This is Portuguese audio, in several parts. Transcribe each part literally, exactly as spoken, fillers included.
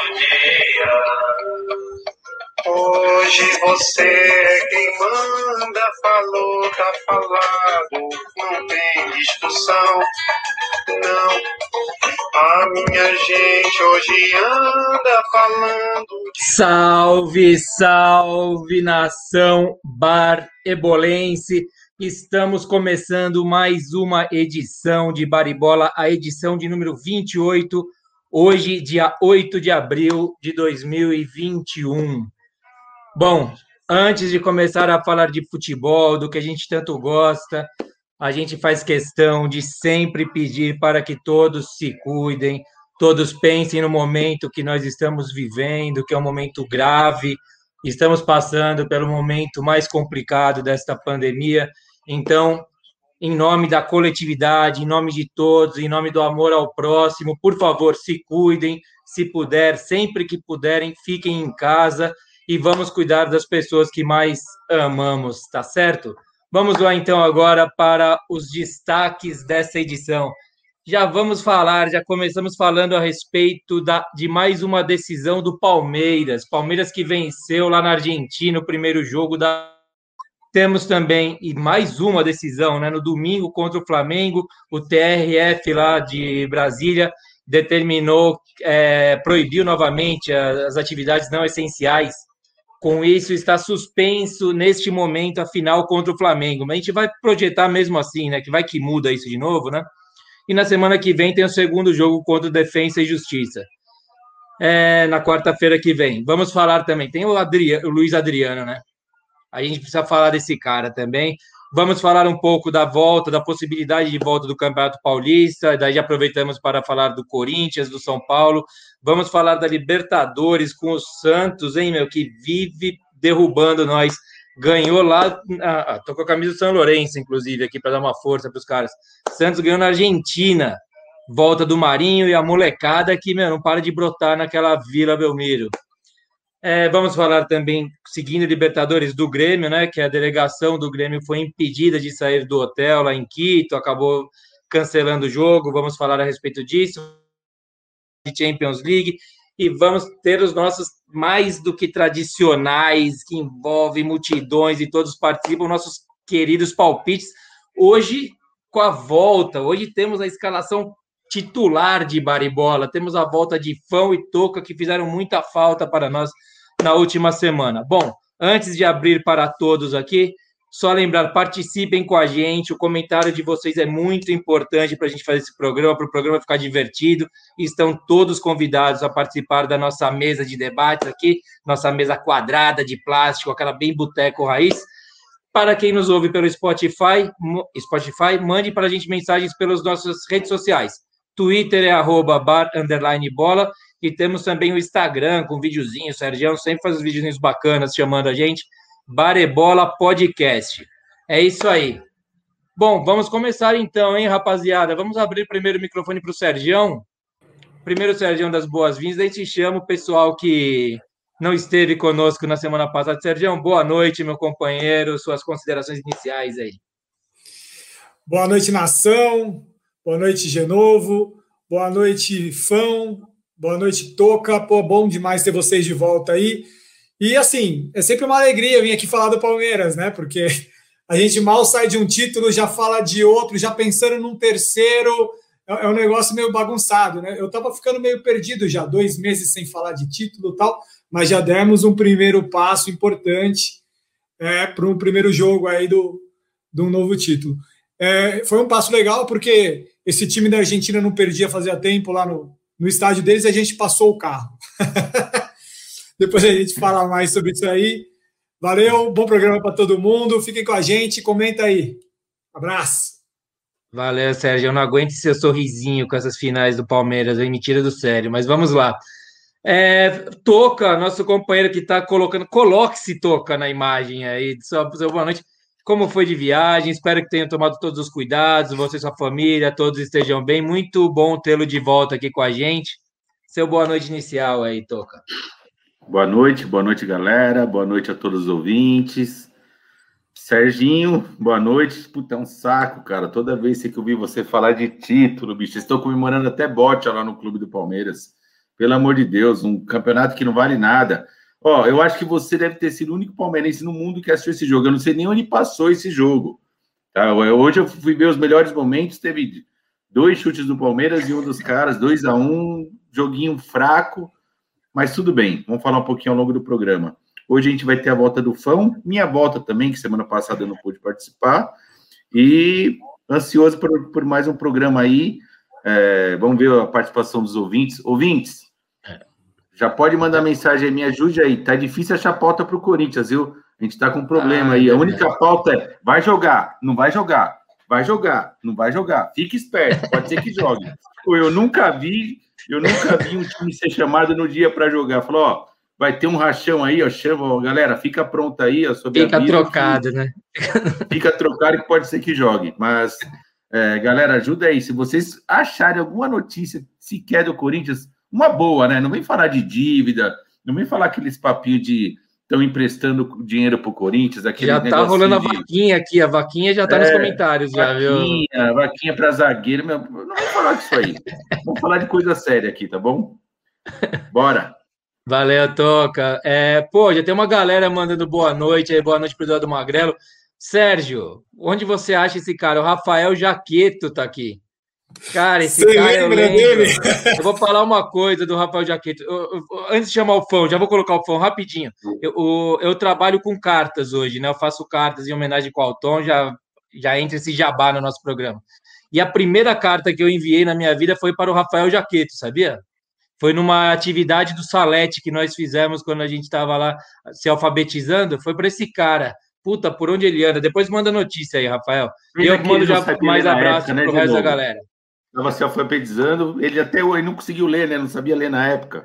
dia. Hoje você é quem manda, falou, tá falado, não tem discussão, não. A minha gente hoje anda falando. Salve, salve, nação bar-ebolense! Estamos começando mais uma edição de Baribola, a edição de número vinte e oito, hoje, dia oito de abril de dois mil e vinte e um. Bom, antes de começar a falar de futebol, do que a gente tanto gosta, a gente faz questão de sempre pedir para que todos se cuidem, todos pensem no momento que nós estamos vivendo, que é um momento grave, estamos passando pelo momento mais complicado desta pandemia. Então, em nome da coletividade, em nome de todos, em nome do amor ao próximo, por favor, se cuidem, se puder, sempre que puderem, fiquem em casa e vamos cuidar das pessoas que mais amamos, tá certo? Vamos lá, então, agora para os destaques dessa edição. Já vamos falar, já começamos falando a respeito da, de mais uma decisão do Palmeiras. Palmeiras que venceu lá na Argentina o primeiro jogo da... Temos também e mais uma decisão, né? No domingo contra o Flamengo, o T R F lá de Brasília determinou, é, proibiu novamente as atividades não essenciais. Com isso, está suspenso neste momento a final contra o Flamengo. Mas a gente vai projetar mesmo assim, né? Que vai que muda isso de novo, né? E na semana que vem tem o segundo jogo contra o Defensa e Justiça. É, na quarta-feira que vem. Vamos falar também. Tem o, Adriano, o Luiz Adriano, né? A gente precisa falar desse cara também. Vamos falar um pouco da volta, da possibilidade de volta do Campeonato Paulista. Daí já aproveitamos para falar do Corinthians, do São Paulo. Vamos falar da Libertadores com o Santos, hein, meu? Que vive derrubando nós. Ganhou lá... Ah, tô com a camisa do São Lourenço, inclusive, aqui para dar uma força para os caras. Santos ganhou na Argentina. Volta do Marinho e a molecada que, meu, não para de brotar naquela Vila Belmiro. É, vamos falar também, seguindo Libertadores, do Grêmio, né? Que a delegação do Grêmio foi impedida de sair do hotel lá em Quito, acabou cancelando o jogo. Vamos falar a respeito disso. De Champions League. E vamos ter os nossos mais do que tradicionais, que envolvem multidões e todos participam, nossos queridos palpites. Hoje, com a volta, hoje temos a escalação titular de Baribola, temos a volta de Fão e Toca, que fizeram muita falta para nós na última semana. Bom, antes de abrir para todos aqui, só lembrar, participem com a gente, o comentário de vocês é muito importante para a gente fazer esse programa, para o programa ficar divertido. Estão todos convidados a participar da nossa mesa de debate aqui, nossa mesa quadrada de plástico, aquela bem boteco raiz. Para quem nos ouve pelo Spotify, Spotify, mande para a gente mensagens pelas nossas redes sociais. Twitter é arroba bar, underline bola, e temos também o Instagram com videozinho, o Sergião sempre faz os videozinhos bacanas chamando a gente, Baribola Podcast. É isso aí. Bom, vamos começar então, hein, rapaziada? Vamos abrir primeiro o microfone para o Sergião. Primeiro o Sergião das boas-vindas, a gente chama o pessoal que não esteve conosco na semana passada. Sergião, boa noite, meu companheiro, suas considerações iniciais aí. Boa noite, nação. Boa noite, Genovo. Boa noite, Fão. Boa noite, Toca. Pô, bom demais ter vocês de volta aí. E, assim, é sempre uma alegria vir aqui falar do Palmeiras, né? Porque a gente mal sai de um título, já fala de outro, já pensando num terceiro. É um negócio meio bagunçado, né? Eu tava ficando meio perdido já, dois meses sem falar de título e tal, mas já demos um primeiro passo importante é, para um primeiro jogo aí do, de um novo título. É, foi um passo legal, porque esse time da Argentina não perdia fazia tempo lá no, no estádio deles e a gente passou o carro. Depois a gente fala mais sobre isso aí. Valeu, bom programa para todo mundo. Fiquem com a gente, comenta aí. Abraço. Valeu, Sérgio. Eu não aguento seu sorrisinho com essas finais do Palmeiras, aí me tira do sério, mas vamos lá. É, Toca, nosso companheiro que está colocando, coloque-se Toca na imagem aí. Só, boa noite. Como foi de viagem? Espero que tenham tomado todos os cuidados, você e sua família, todos estejam bem. Muito bom tê-lo de volta aqui com a gente. Seu boa noite inicial aí, Toca. Boa noite, boa noite, galera. Boa noite a todos os ouvintes. Serginho, boa noite. Puta, é um saco, cara. Toda vez que eu vi você falar de título, bicho, vocês estão comemorando até bote lá no Clube do Palmeiras. Pelo amor de Deus, um campeonato que não vale nada. Ó, eu acho que você deve ter sido o único palmeirense no mundo que assistiu esse jogo. Eu não sei nem onde passou esse jogo. Tá? Hoje eu fui ver os melhores momentos, teve dois chutes do Palmeiras e um dos caras, dois a um, joguinho fraco, mas tudo bem, vamos falar um pouquinho ao longo do programa. Hoje a gente vai ter a volta do Fão, minha volta também, que semana passada eu não pude participar, e ansioso por, por mais um programa aí. É, vamos ver a participação dos ouvintes. Ouvintes, já pode mandar mensagem aí, me ajude aí, tá difícil achar pauta para o Corinthians, viu? A gente tá com um problema ah, aí, a única pauta é, vai jogar, não vai jogar, vai jogar, não vai jogar, fique esperto, pode ser que jogue. Pô, eu nunca vi, eu nunca vi um time ser chamado no dia para jogar, falou, ó, vai ter um rachão aí, ó, chama, ó, galera, fica pronta aí, ó, sob Fica aviso, trocado, que, né? Fica trocado que pode ser que jogue, mas, é, galera, ajuda aí, se vocês acharem alguma notícia sequer do Corinthians, uma boa, né, não vem falar de dívida, não vem falar aqueles papinhos de estão emprestando dinheiro para o Corinthians. Já tá rolando de... a vaquinha aqui, a vaquinha já tá é, nos comentários, já, vaquinha, viu? Vaquinha para zagueiro, meu, não vamos falar disso aí. Vamos falar de coisa séria aqui, tá bom? Bora! Valeu, Toca. É, pô, já tem uma galera mandando boa noite aí, boa noite pro Eduardo Magrelo. Sérgio, onde você acha esse cara? O Rafael Jaqueto tá aqui. Cara, esse Você cara eu lembro. Dele? Eu vou falar uma coisa do Rafael Jaqueto. Eu, eu, antes de chamar o Fão, já vou colocar o Fão rapidinho. Eu, eu, eu trabalho com cartas hoje, né? Eu faço cartas em homenagem ao Alton, já, já entra esse jabá no nosso programa. E a primeira carta que eu enviei na minha vida foi para o Rafael Jaqueto, sabia? Foi numa atividade do Salete que nós fizemos quando a gente estava lá se alfabetizando. Foi para esse cara. Puta, por onde ele anda? Depois manda notícia aí, Rafael. E eu mando já mais abraço época, né, pro resto da galera. Estava se alfabetizando, ele até ele não conseguiu ler, né? Não sabia ler na época.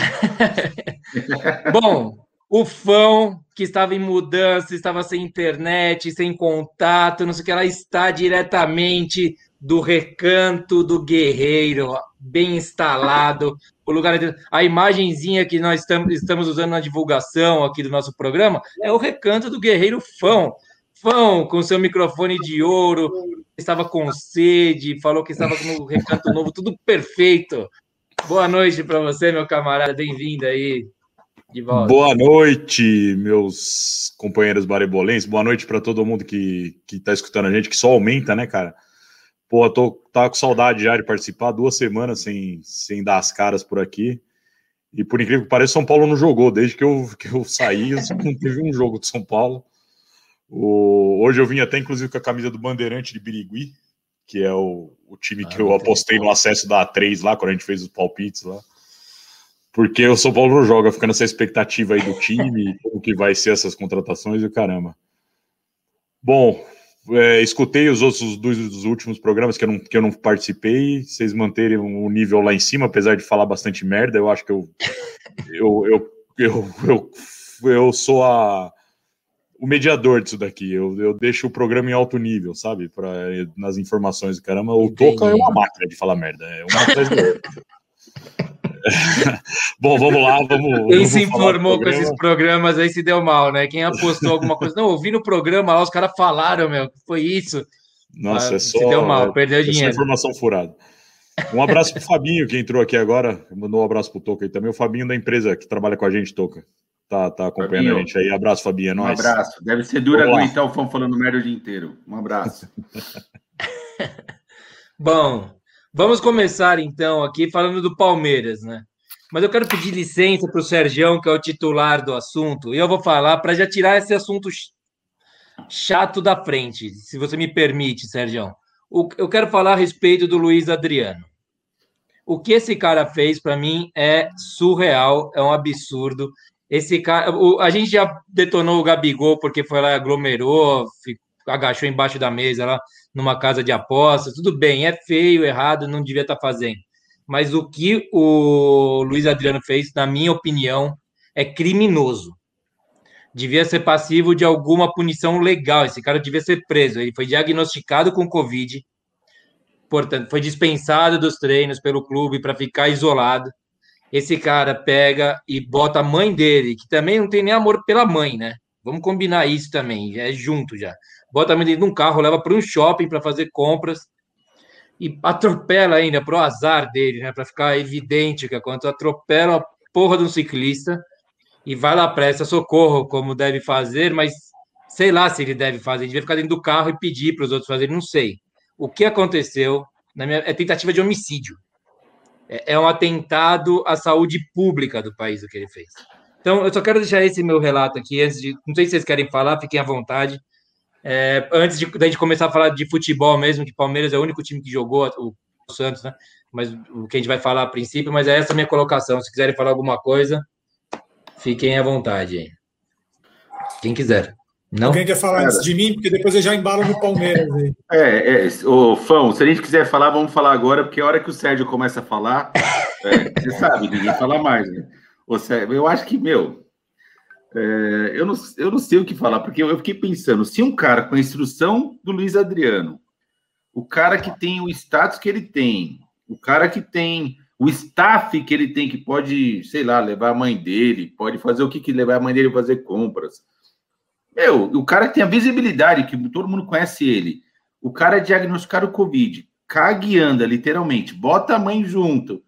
Bom, o Fão, que estava em mudança, estava sem internet, sem contato, não sei o que, ela está diretamente do Recanto do Guerreiro, bem instalado. O lugar, a imagenzinha que nós estamos usando na divulgação aqui do nosso programa é o Recanto do Guerreiro Fão. Fão, com seu microfone de ouro, estava com sede, falou que estava no Recanto Novo, tudo perfeito. Boa noite para você, meu camarada, bem-vindo aí de volta. Boa noite, meus companheiros barebolenses, boa noite para todo mundo que está escutando a gente, que só aumenta, né, cara? Pô, eu tô tava com saudade já de participar, duas semanas sem, sem dar as caras por aqui, e por incrível que pareça, São Paulo não jogou, desde que eu, que eu saí, não teve um jogo de São Paulo. O, hoje eu vim até, inclusive, com a camisa do Bandeirante de Birigui, que é o, o time ah, que eu apostei no acesso da A três lá, quando a gente fez os palpites lá. Porque o São Paulo não joga, fica nessa expectativa aí do time, como que vai ser essas contratações e o caramba. Bom, é, escutei os outros dos, dos últimos programas que eu, não, que eu não participei, vocês manterem o nível lá em cima, apesar de falar bastante merda, eu acho que eu, eu, eu, eu, eu, eu, eu sou a... o mediador disso daqui, eu, eu deixo o programa em alto nível, sabe, pra, nas informações do caramba, o Toca é uma máquina de falar merda, é uma atrás do outro. Bom, vamos lá, vamos... Quem se informou com esses programas aí se deu mal, né, quem apostou alguma coisa, não, ouvi no programa lá, os caras falaram, meu, foi isso. Nossa, ah, é só... Se deu mal, perdeu é dinheiro. Só informação furada. Um abraço pro Fabinho, que entrou aqui agora, mandou um abraço pro Toca aí também, o Fabinho da empresa que trabalha com a gente, Toca. Tá, tá acompanhando Fabinho. A gente aí. Abraço, Fabinho, é nóis. Um abraço. Deve ser duro aguentar o Fão falando merda o dia inteiro. Um abraço. Bom, vamos começar então aqui falando do Palmeiras, né? Mas eu quero pedir licença para o Sergião, que é o titular do assunto, e eu vou falar para já tirar esse assunto chato da frente, se você me permite, Sergião. Eu quero falar a respeito do Luiz Adriano. O que esse cara fez, para mim, é surreal, é um absurdo. Esse cara, o, a gente já detonou o Gabigol porque foi lá e aglomerou, ficou, agachou embaixo da mesa lá numa casa de apostas. Tudo bem, é feio, errado, não devia estar fazendo. Mas o que o Luiz Adriano fez, na minha opinião, é criminoso. Devia ser passivo de alguma punição legal. Esse cara devia ser preso. Ele foi diagnosticado com Covid, portanto, foi dispensado dos treinos pelo clube para ficar isolado. Esse cara pega e bota a mãe dele, que também não tem nem amor pela mãe, né? Vamos combinar isso também, é junto já. Bota a mãe dele num carro, leva para um shopping para fazer compras, e atropela ainda, pro azar dele, né, para ficar evidente que quando atropela a porra de um ciclista e vai lá, presta socorro, como deve fazer, mas sei lá se ele deve fazer, ele devia ficar dentro do carro e pedir para os outros fazerem, não sei. O que aconteceu na minha, é tentativa de homicídio. É, é um atentado à saúde pública do país o que ele fez. Então, eu só quero deixar esse meu relato aqui, antes de, não sei se vocês querem falar, fiquem à vontade. É, antes de, de começar a falar de futebol mesmo, que Palmeiras é o único time que jogou, o, o Santos, né? Mas o que a gente vai falar a princípio, mas é essa a minha colocação. Se quiserem falar alguma coisa, fiquem à vontade aí. Quem quiser. Não? Alguém quer falar antes de mim? Porque depois eu já embalo no Palmeiras. Aí. É, é, ô Fão, se a gente quiser falar, vamos falar agora, porque a hora que o Sérgio começa a falar, é, você sabe, ninguém fala mais, né? Ô, Sérgio, eu acho que, meu, é, eu, não, eu não sei o que falar, porque eu, eu fiquei pensando, se um cara com a instrução do Luiz Adriano, o cara que tem o status que ele tem, o cara que tem o staff que ele tem, que pode, sei lá, levar a mãe dele, pode fazer o que, que levar a mãe dele a fazer compras. Meu, o cara que tem a visibilidade, que todo mundo conhece ele, o cara é diagnosticado Covid, caga e anda, literalmente, bota a mãe junto.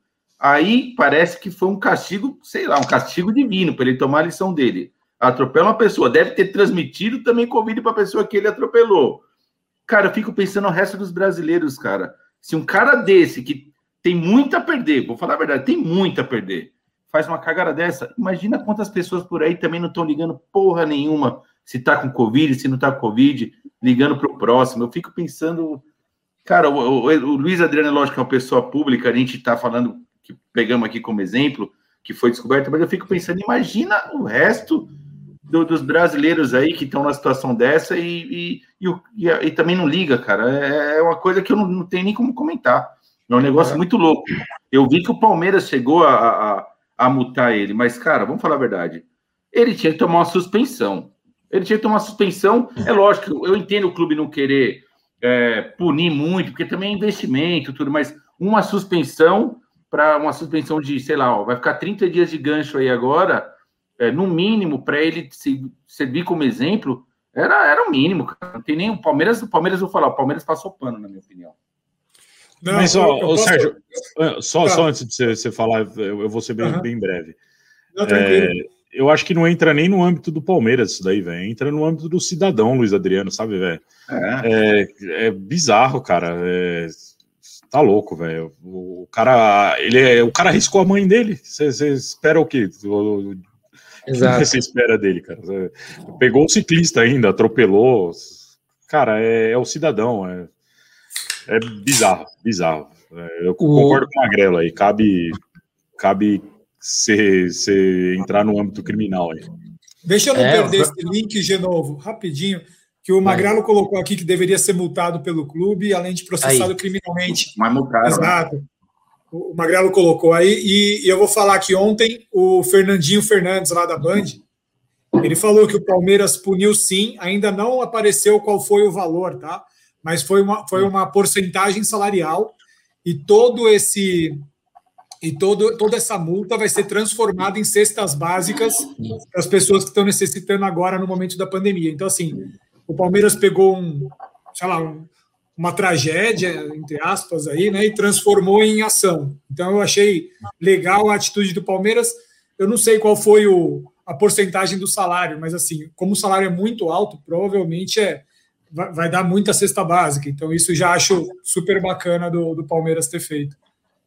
Aí parece que foi um castigo, sei lá, um castigo divino para ele tomar a lição dele. Atropela uma pessoa, deve ter transmitido também Covid para a pessoa que ele atropelou. Cara, eu fico pensando no resto dos brasileiros, cara. Se um cara desse, que tem muito a perder, vou falar a verdade, tem muito a perder, faz uma cagada dessa, imagina quantas pessoas por aí também não estão ligando porra nenhuma, se tá com Covid, se não tá com Covid, ligando pro próximo. Eu fico pensando, cara, o, o, o Luiz Adriano, lógico, é uma pessoa pública, a gente tá falando, que pegamos aqui como exemplo, que foi descoberto, mas eu fico pensando, imagina o resto do, dos brasileiros aí que estão numa situação dessa e, e, e, e, e também não liga, cara. É, é uma coisa que eu não, não tenho nem como comentar. É um negócio é. muito louco. Eu vi que o Palmeiras chegou a, a, a multar ele, mas, cara, vamos falar a verdade. Ele tinha que tomar uma suspensão. Ele tinha que tomar uma suspensão. É lógico, eu entendo o clube não querer é, punir muito, porque também é investimento, tudo, mas uma suspensão para uma suspensão de, sei lá, ó, vai ficar trinta dias de gancho aí agora, é, no mínimo, para ele se, servir como exemplo, era, era o mínimo, cara. Não tem nem o Palmeiras, o Palmeiras, eu vou falar, o Palmeiras passou pano, na minha opinião. Não, mas, ó, eu, eu Sérgio, só, tá. só antes de você, você falar, eu, eu vou ser bem, uhum. bem breve. Não, tranquilo. É, eu acho que não entra nem no âmbito do Palmeiras isso daí, velho. Entra no âmbito do cidadão, Luiz Adriano, sabe, velho? É. É, é bizarro, cara. É, tá louco, velho. O, o cara, ele é, o cara arriscou a mãe dele. Você espera o quê? O, Exato. O que você espera dele, cara? Cê pegou o ciclista ainda, atropelou. Cara, é, é o cidadão. É, é bizarro, bizarro. É, eu o... concordo com o Magrelo aí. Cabe, cabe Você, você entrar no âmbito criminal aí. Deixa eu não é, perder eu... esse link de novo, rapidinho, que o Magrelo é. colocou aqui que deveria ser multado pelo clube, além de processado aí. criminalmente. Mas multaram. Exato. Né? O Magrelo colocou aí, e, e eu vou falar que ontem o Fernandinho Fernandes, lá da Band, ele falou que o Palmeiras puniu sim, ainda não apareceu qual foi o valor, tá? Mas foi uma, foi uma porcentagem salarial, e todo esse... E todo, toda essa multa vai ser transformada em cestas básicas para as pessoas que estão necessitando agora no momento da pandemia. Então, assim, o Palmeiras pegou um, sei lá, um, uma tragédia, entre aspas, aí, né, e transformou em ação. Então, eu achei legal a atitude do Palmeiras. Eu não sei qual foi o, a porcentagem do salário, mas, assim, como o salário é muito alto, provavelmente é, vai, vai dar muita cesta básica. Então, isso já acho super bacana do, do Palmeiras ter feito.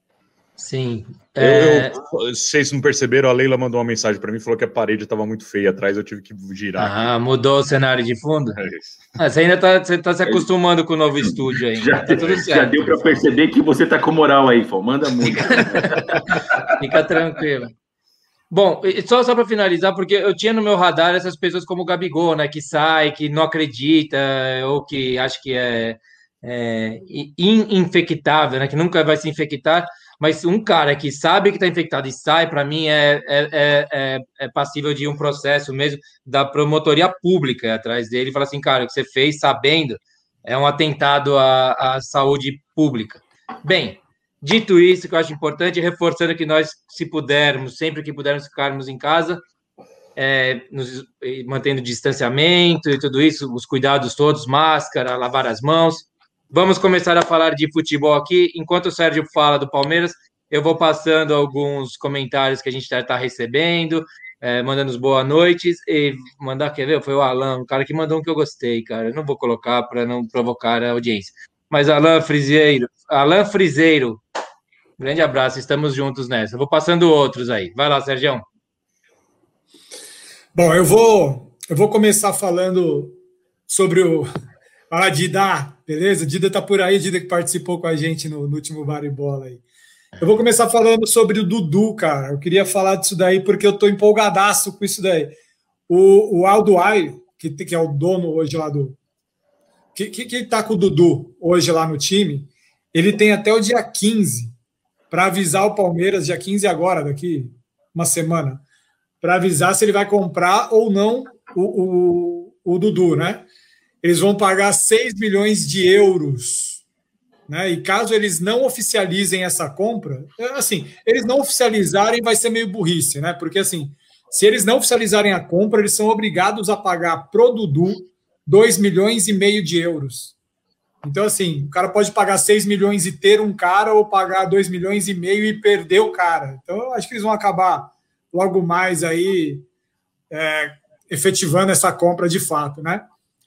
Sim. É... Eu, eu, vocês não perceberam, a Leila mandou uma mensagem para mim, falou que a parede estava muito feia atrás, eu tive que girar. Ah, aqui. Mudou o cenário de fundo? É isso. Ah, você ainda está você tá se acostumando com o novo estúdio ainda. Já, tá tudo certo. Já deu para perceber que você está com moral aí, Fô. Manda muito. Fica tranquilo. Bom, só, só para finalizar, porque eu tinha no meu radar essas pessoas como o Gabigol, né, que sai, que não acredita, ou que acha que é, é infectável, né, que nunca vai se infectar. Mas um cara que sabe que está infectado e sai, para mim, é, é, é, é passível de um processo mesmo da promotoria pública atrás dele e falar assim, cara, o que você fez sabendo é um atentado à, à saúde pública. Bem, dito isso, que eu acho importante, reforçando que nós, se pudermos, sempre que pudermos ficarmos em casa, é, nos, mantendo distanciamento e tudo isso, os cuidados todos, máscara, lavar as mãos, Vamos começar a falar de futebol aqui. Enquanto o Sérgio fala do Palmeiras, eu vou passando alguns comentários que a gente já está recebendo, é, mandando os boas noites. E mandar, quer ver? Foi o Alan, um cara que mandou um que eu gostei, cara. Eu não vou colocar para não provocar a audiência. Mas Alan Friseiro, Alan Friseiro, grande abraço, estamos juntos nessa. Eu vou passando outros aí. Vai lá, Sérgio. Bom, eu vou, eu vou começar falando sobre o... Ah, Dida, beleza? Dida tá por aí, Dida que participou com a gente no, no último Baribola aí. Eu vou começar falando sobre o Dudu, cara. Eu queria falar disso daí porque eu tô empolgadaço com isso daí. O, o Aldo Aio, que, que é o dono hoje lá do... Que, que, que tá com o Dudu hoje lá no time, ele tem até o dia quinze para avisar o Palmeiras, dia quinze agora, daqui uma semana, para avisar se ele vai comprar ou não o, o, o Dudu, né? Eles vão pagar seis milhões de euros, né? E caso eles não oficializem essa compra, assim, eles não oficializarem vai ser meio burrice, né? Porque, assim, se eles não oficializarem a compra, eles são obrigados a pagar pro Dudu dois milhões e meio de euros. Então, assim, o cara pode pagar seis milhões e ter um cara ou pagar dois milhões e meio e perder o cara. Então, eu acho que eles vão acabar logo mais aí é, efetivando essa compra de fato, né?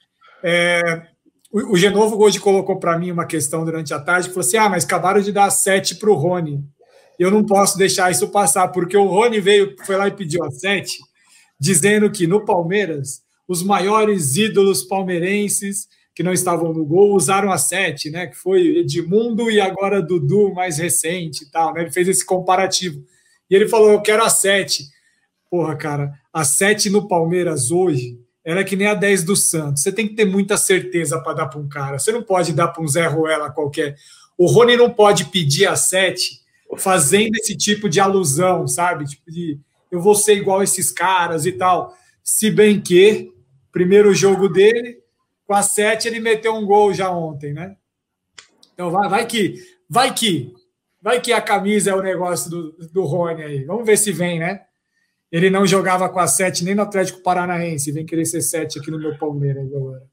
É, o, o Genovo hoje colocou para mim uma questão durante a tarde, falou assim, ah, mas acabaram de dar sete para o Rony. Eu não posso deixar isso passar, porque o Rony veio, foi lá e pediu a sete, dizendo que no Palmeiras, os maiores ídolos palmeirenses que não estavam no gol usaram a sete, né? Que foi Edmundo e agora Dudu, mais recente e tal, né? Ele fez esse comparativo. E ele falou, eu quero a sete. Porra, cara, a sete no Palmeiras hoje, ela é que nem a dez do Santos. Você tem que ter muita certeza para dar para um cara. Você não pode dar para um Zé Ruela qualquer. O Rony não pode pedir a sete fazendo esse tipo de alusão, sabe? Tipo de, eu vou ser igual esses caras e tal. Se bem que, primeiro jogo dele, com a sete ele meteu um gol já ontem, né? Então vai, vai que, vai que, vai que a camisa é o negócio do, do Rony aí. Vamos ver se vem, né? Ele não jogava com a sete nem no Atlético Paranaense, vem querer ser sete aqui no meu Palmeiras agora.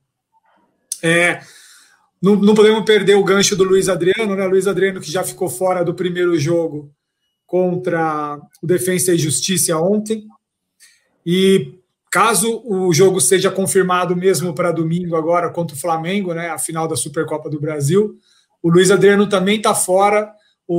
É, não, não podemos perder o gancho do Luiz Adriano, né? Luiz Adriano que já ficou fora do primeiro jogo contra o Defensa e Justiça ontem. E caso o jogo seja confirmado mesmo para domingo agora contra o Flamengo, né? A final da Supercopa do Brasil, o Luiz Adriano também está fora.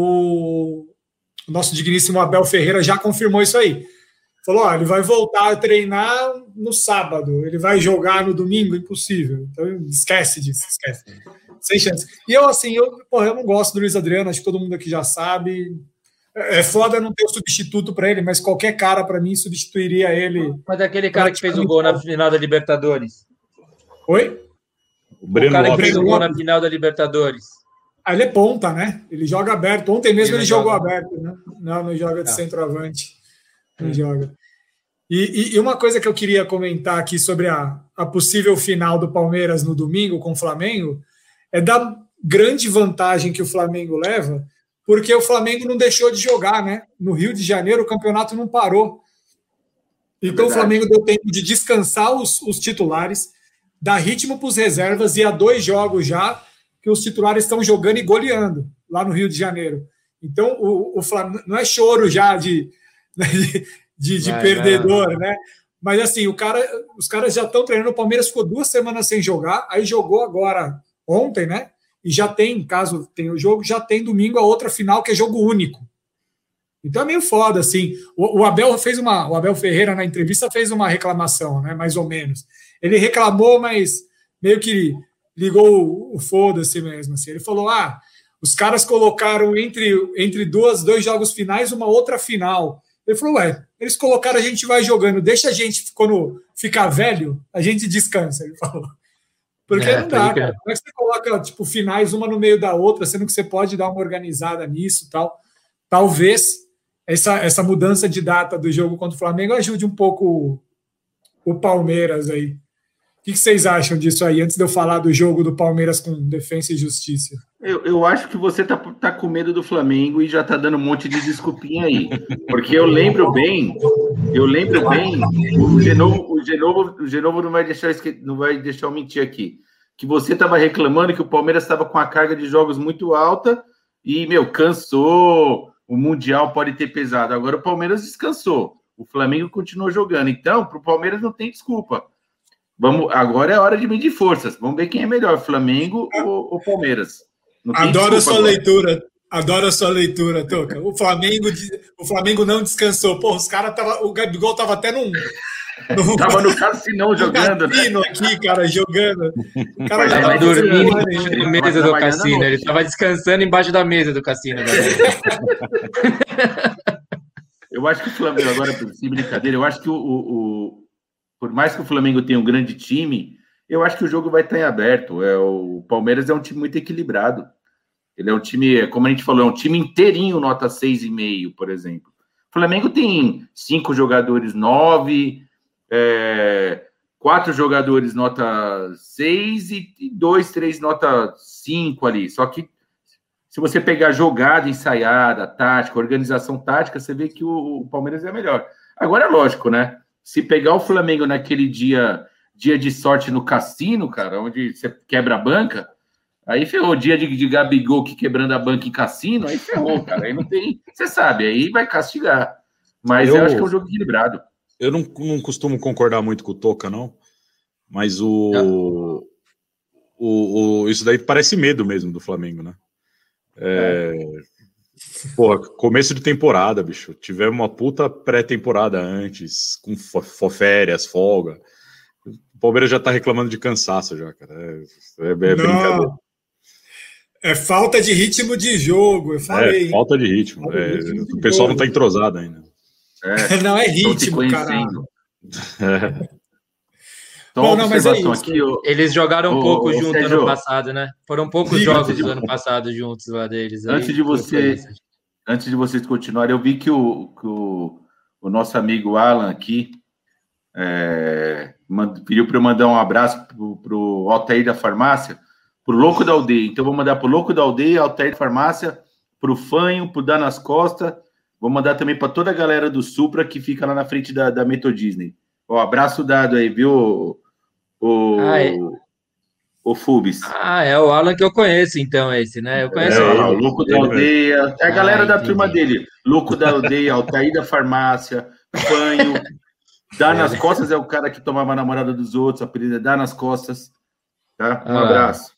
O, o nosso digníssimo Abel Ferreira já confirmou isso aí. Falou, ó, ele vai voltar a treinar no sábado, ele vai jogar no domingo, impossível. Então, esquece disso, esquece. Sem chance. E eu, assim, eu, porra, eu não gosto do Luiz Adriano, acho que todo mundo aqui já sabe. É foda não ter um substituto para ele, mas qualquer cara, para mim, substituiria ele. Mas aquele cara que fez o gol na final da Libertadores. Oi? O, Breno o cara que fez o gol na final da Libertadores. Ah, ele é ponta, né? Ele joga aberto. Ontem mesmo ele, ele jogou joga. aberto, né? Não, não joga de ah. centroavante. Não joga. E, e uma coisa que eu queria comentar aqui sobre a, a possível final do Palmeiras no domingo com o Flamengo é da grande vantagem que o Flamengo leva, porque o Flamengo não deixou de jogar, né? No Rio de Janeiro o campeonato não parou. Então é o Flamengo deu tempo de descansar os, os titulares, dar ritmo para os reservas e há dois jogos já que os titulares estão jogando e goleando lá no Rio de Janeiro. Então o, o Flamengo não é choro já de De, de, de vai, perdedor, vai, vai. né? Mas assim, o cara, os caras já estão treinando. O Palmeiras ficou duas semanas sem jogar, aí jogou agora ontem, né? E já tem, caso tenha o jogo, já tem domingo a outra final, que é jogo único. Então é meio foda, assim. O, o Abel fez uma. O Abel Ferreira, na entrevista, fez uma reclamação, né? Mais ou menos. Ele reclamou, mas meio que ligou o, o foda-se mesmo. Assim. Ele falou: ah, os caras colocaram entre, entre duas, dois jogos finais uma outra final. Ele falou, ué, eles colocaram, a gente vai jogando, deixa a gente, quando ficar velho, a gente descansa, ele falou. Porque é, não dá, cara. Como é que você coloca, tipo, finais uma no meio da outra, sendo que você pode dar uma organizada nisso e tal. Talvez essa, essa mudança de data do jogo contra o Flamengo ajude um pouco o, o Palmeiras aí. O que vocês acham disso aí, antes de eu falar do jogo do Palmeiras com Defensa e Justiça? Eu, eu acho que você tá, tá com medo do Flamengo e já tá dando um monte de desculpinha aí. Porque eu lembro bem, eu lembro bem, o Genovo, o Genovo, o Genovo não vai deixar, não vai deixar eu mentir aqui, que você estava reclamando que o Palmeiras estava com a carga de jogos muito alta e, meu, cansou, o Mundial pode ter pesado. Agora o Palmeiras descansou, o Flamengo continuou jogando. Então, para o Palmeiras não tem desculpa. Vamos, agora é hora de medir forças. Vamos ver quem é melhor, Flamengo ou, ou Palmeiras. Adoro a sua agora. leitura. Adoro a sua leitura, Toca. O Flamengo, o Flamengo não descansou. Pô, os caras tava, o Gabigol tava até num... num tava no cassinão jogando. No cassino aqui, cara, jogando. O cara já tava dormindo embaixo da mesa do cassino. Ele tava descansando embaixo da mesa do cassino. Eu acho que o Flamengo, agora, sem brincadeira, eu acho que o, o, o por mais que o Flamengo tenha um grande time, eu acho que o jogo vai estar em aberto. É, o Palmeiras é um time muito equilibrado. Ele é um time, como a gente falou, é um time inteirinho nota seis vírgula cinco, por exemplo. O Flamengo tem cinco jogadores nove, é, quatro jogadores nota seis e dois, três nota cinco ali. Só que se você pegar jogada ensaiada, tática, organização tática, você vê que o, o Palmeiras é melhor. Agora é lógico, né? Se pegar o Flamengo naquele dia, dia de sorte no cassino, cara, onde você quebra a banca, aí ferrou. Dia de, de Gabigol que quebrando a banca em cassino, aí ferrou, cara. Aí não tem... Você sabe, aí vai castigar. Mas eu, eu acho que é um jogo equilibrado. Eu não, não costumo concordar muito com o Toca, não. Mas o, é. o, o... Isso daí parece medo mesmo do Flamengo, né? É... é. Porra, começo de temporada, bicho. Tivemos uma puta pré-temporada antes, com fo- férias, folga. O Palmeiras já tá reclamando de cansaço já, cara. É, é, é brincadeira. É falta de ritmo de jogo, eu falei. É, falta de ritmo. Falta de ritmo é, de o pessoal jogo. Não tá entrosado ainda. É, não é ritmo, caralho. É. Então, Bom, não, mas é isso. Aqui, o, Eles jogaram um o, pouco o, junto Sérgio, ano passado, né? Foram poucos diga, jogos de... do ano passado juntos lá deles. Antes aí, de você, antes de vocês continuarem, eu vi que o, que o, o nosso amigo Alan aqui é, mand, pediu para eu mandar um abraço para o Altair da Farmácia, para o Louco da Aldeia. Então, vou mandar para o Louco da Aldeia, Altair da Farmácia, para o Fanho, para o Danas Costa. Vou mandar também para toda a galera do Supra que fica lá na frente da, da Meto Disney. Ó, abraço dado aí, viu, o, ah, é. o Fubis. Ah, é o Alan que eu conheço, então, esse, né? Eu conheço é, ele. O Louco da Aldeia, é a galera ah, da turma dele. Louco da Aldeia, Altair da Farmácia, Fanho. Dá nas costas é o cara que tomava a namorada dos outros, apelido é Dá nas costas. Tá? Um ah. abraço.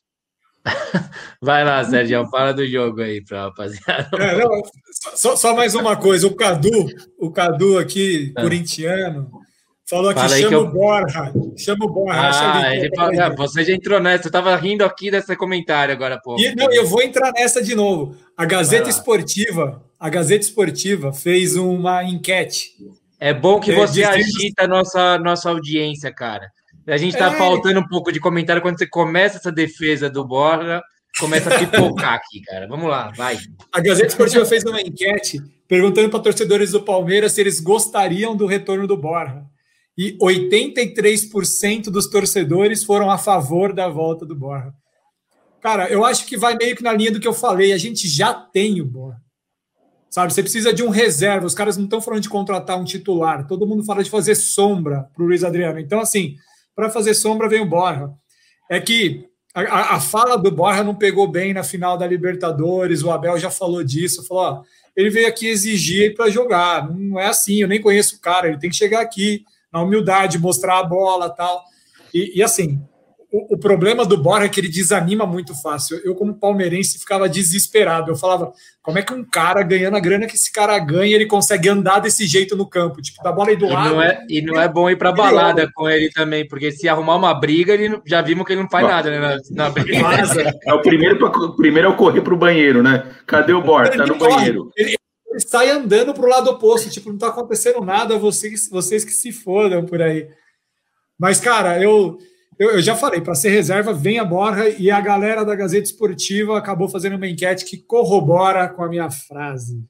Vai lá, Sérgio, fala do jogo aí pra rapaziada. É, não, só, só mais uma coisa, o Cadu, o Cadu aqui, ah. corintiano, falou aqui, fala chama eu... o Borja, chama o Borja. Ah, ele fala, ah, você já entrou nessa, eu tava rindo aqui desse comentário agora, pô. E, não, eu vou entrar nessa de novo. A Gazeta Esportiva, a Gazeta Esportiva fez uma enquete. É bom que você é, agita a nossa, nossa audiência, cara. A gente tá é. faltando um pouco de comentário quando você começa essa defesa do Borja, começa a pipocar aqui, cara. Vamos lá, vai. A Gazeta Esportiva fez uma enquete perguntando para torcedores do Palmeiras se eles gostariam do retorno do Borja. E oitenta e três por cento dos torcedores foram a favor da volta do Borja. Cara, eu acho que vai meio que na linha do que eu falei. A gente já tem o Borja. Sabe, você precisa de um reserva. Os caras não estão falando de contratar um titular. Todo mundo fala de fazer sombra para o Luiz Adriano. Então, assim, para fazer sombra vem o Borja. É que a, a fala do Borja não pegou bem na final da Libertadores. O Abel já falou disso. Falou, ó, ele veio aqui exigir para jogar. Não é assim, eu nem conheço o cara. Ele tem que chegar aqui na humildade, mostrar a bola e tal. E assim, o, o problema do Borja é que ele desanima muito fácil. Eu, como palmeirense, ficava desesperado. Eu falava, como é que um cara, ganhando a grana que esse cara ganha, ele consegue andar desse jeito no campo? Tipo, da bola aí do e lado. Não é, e não é bom ir pra balada com ele também, porque se arrumar uma briga, ele não, já vimos que ele não faz Bom, nada, né? Na, na briga. É o primeiro, pra, o primeiro é o correr pro banheiro, né? Cadê o Borja? Tá no banheiro. Ele, ele sai andando pro lado oposto, tipo, não tá acontecendo nada, vocês, vocês que se fodam por aí. Mas, cara, eu... Eu, eu já falei, para ser reserva, vem a Borja, e a galera da Gazeta Esportiva acabou fazendo uma enquete que corrobora com a minha frase.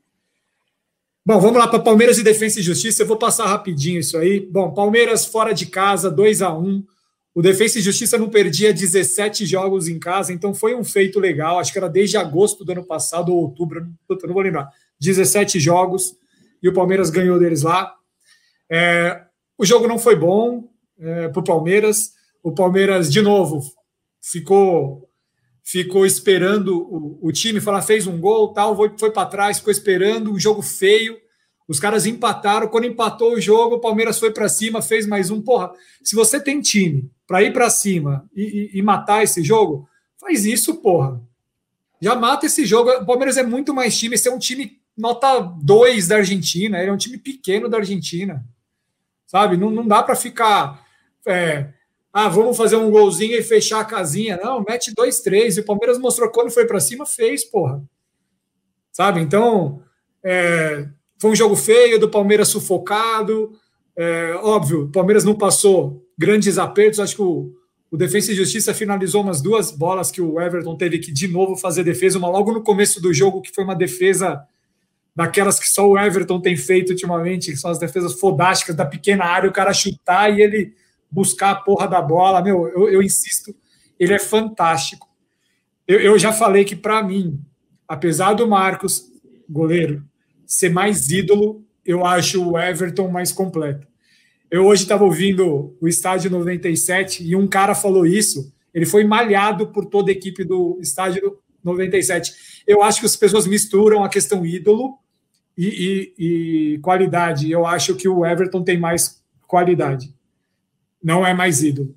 Bom, vamos lá para Palmeiras e Defensa e Justiça. Eu vou passar rapidinho isso aí. Bom, Palmeiras fora de casa, dois a um. O Defensa e Justiça não perdia dezessete jogos em casa, então foi um feito legal. Acho que era desde agosto do ano passado, ou outubro, não vou lembrar. dezessete jogos, e o Palmeiras ganhou deles lá. É, o jogo não foi bom é, para o Palmeiras. O Palmeiras, de novo, ficou, ficou esperando o, o time, falar, fez um gol, tal, foi para trás, ficou esperando, um jogo feio. Os caras empataram. Quando empatou o jogo, o Palmeiras foi para cima, fez mais um. Porra, se você tem time para ir para cima e, e, e matar esse jogo, faz isso, porra. Já mata esse jogo. O Palmeiras é muito mais time. Esse é um time nota dois da Argentina. Ele é um time pequeno da Argentina. Sabe? Não, não dá para ficar... É, ah, vamos fazer um golzinho e fechar a casinha. Não, mete dois, três. E o Palmeiras mostrou quando foi para cima, fez, porra. Sabe? Então... É, foi um jogo feio, do Palmeiras sufocado. É, óbvio, o Palmeiras não passou grandes apertos. Acho que o, o Defensa e Justiça finalizou umas duas bolas que o Everton teve que, de novo, fazer defesa. Uma logo no começo do jogo, que foi uma defesa daquelas que só o Everton tem feito ultimamente, que são as defesas fodásticas da pequena área, o cara chutar e ele buscar a porra da bola. Meu, eu, eu insisto, ele é fantástico. Eu, eu já falei que, para mim, apesar do Marcos, goleiro, ser mais ídolo, eu acho o Everton mais completo. Eu hoje estava ouvindo o Estádio noventa e sete e um cara falou isso, ele foi malhado por toda a equipe do Estádio noventa e sete. Eu acho que as pessoas misturam a questão ídolo e, e, e qualidade. Eu acho que o Everton tem mais qualidade. Não é mais ídolo.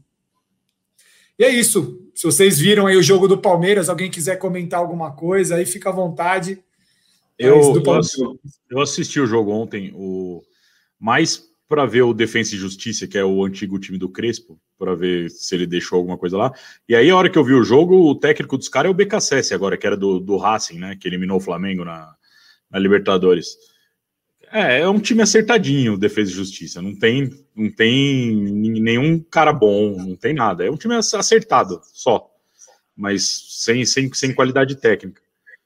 E é isso. Se vocês viram aí o jogo do Palmeiras, alguém quiser comentar alguma coisa, aí fica à vontade. Eu, eu, eu assisti o jogo ontem, o, mais para ver o Defensa e Justiça, que é o antigo time do Crespo, para ver se ele deixou alguma coisa lá. E aí, a hora que eu vi o jogo, o técnico dos caras é o B K Sessi agora, que era do, do Racing, né? Que eliminou o Flamengo na, na Libertadores. É, é um time acertadinho, o Defesa e Justiça. Não tem, não tem nenhum cara bom, não tem nada. É um time acertado, só. Mas sem, sem, sem qualidade técnica.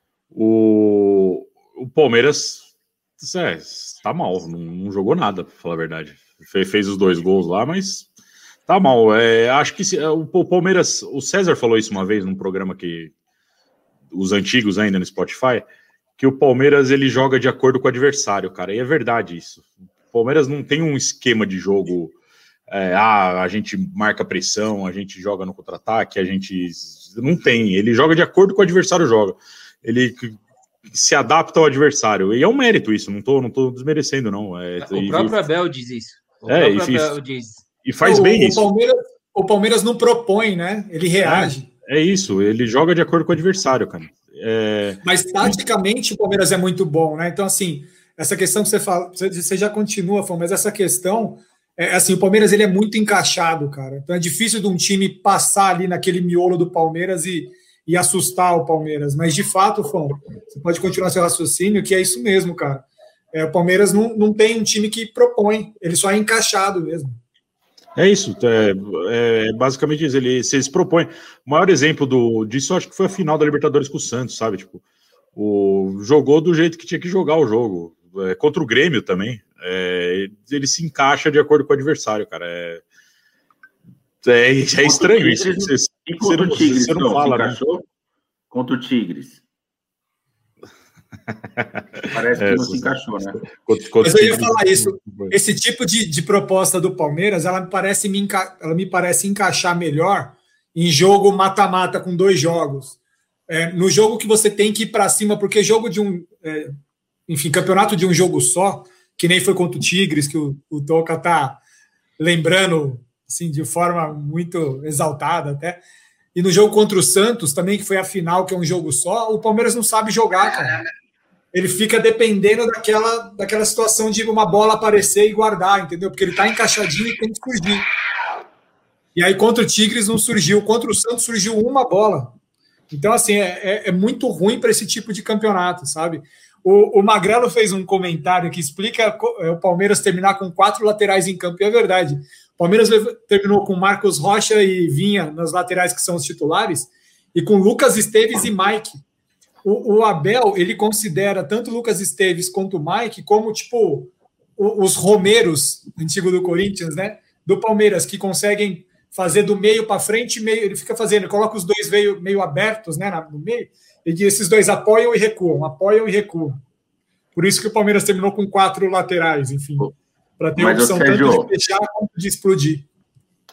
O... O Palmeiras é, tá mal, não, não jogou nada, para falar a verdade. Fe, fez os dois gols lá, mas tá mal. É, acho que se, o, o Palmeiras, o César falou isso uma vez num programa que os antigos ainda no Spotify, que o Palmeiras ele joga de acordo com o adversário, cara. E é verdade isso. O Palmeiras não tem um esquema de jogo. É, ah, a gente marca pressão, a gente joga no contra-ataque, a gente não tem. Ele joga de acordo com o adversário joga. Ele se adapta ao adversário. E é um mérito isso, não tô, não tô desmerecendo, não. É, o e, próprio Abel diz isso. O é, próprio e, Abel diz. E faz o, bem o isso. Palmeiras, o Palmeiras não propõe, né? Ele reage. É, é isso, ele joga de acordo com o adversário, cara. É... Mas taticamente o Palmeiras é muito bom, né? Então, assim, essa questão que você fala, você já continua falando, mas essa questão, é, assim, o Palmeiras ele é muito encaixado, cara. Então é difícil de um time passar ali naquele miolo do Palmeiras e e assustar o Palmeiras, mas de fato, Fão, você pode continuar seu raciocínio, que é isso mesmo, cara. É, o Palmeiras não, não tem um time que propõe, ele só é encaixado mesmo. É isso, é, é basicamente isso, ele, se eles propõem. O maior exemplo do, disso, eu acho que foi a final da Libertadores com o Santos, sabe? Tipo, o, jogou do jeito que tinha que jogar o jogo, é, contra o Grêmio também, é, ele se encaixa de acordo com o adversário, cara. É, é, é estranho isso. Você, e contra você, o Tigres, você não não, fala, se né? Contra o Tigres. Parece que é, não se encaixou, né? Contra, contra Mas eu ia falar isso. Esse tipo de, de proposta do Palmeiras, ela me, parece me enca... ela me parece encaixar melhor em jogo mata-mata com dois jogos. É, no jogo que você tem que ir para cima, porque jogo de um... É, enfim, campeonato de um jogo só, que nem foi contra o Tigres, que o, o Toca tá lembrando... assim, de forma muito exaltada até. E no jogo contra o Santos, também, que foi a final, que é um jogo só, o Palmeiras não sabe jogar, cara. Ele fica dependendo daquela, daquela situação de uma bola aparecer e guardar, entendeu? Porque ele tá encaixadinho e tem que surgir. E aí, contra o Tigres, não surgiu. Contra o Santos, surgiu uma bola. Então, assim, é, é, é muito ruim para esse tipo de campeonato, sabe? O, o Magrelo fez um comentário que explica o Palmeiras terminar com quatro laterais em campo, e é verdade. O Palmeiras terminou com Marcos Rocha e Vinha nas laterais, que são os titulares, e com Lucas Esteves e Mike. O, o Abel, ele considera tanto Lucas Esteves quanto o Mike como, tipo, os Romeiros, antigo do Corinthians, né? Do Palmeiras, que conseguem fazer do meio para frente, meio, ele fica fazendo, ele coloca os dois meio, meio abertos, né, no meio, e diz, esses dois apoiam e recuam, apoiam e recuam. Por isso que o Palmeiras terminou com quatro laterais, enfim. Para ter Mas, a opção Sérgio, tanto de fechar quanto de explodir.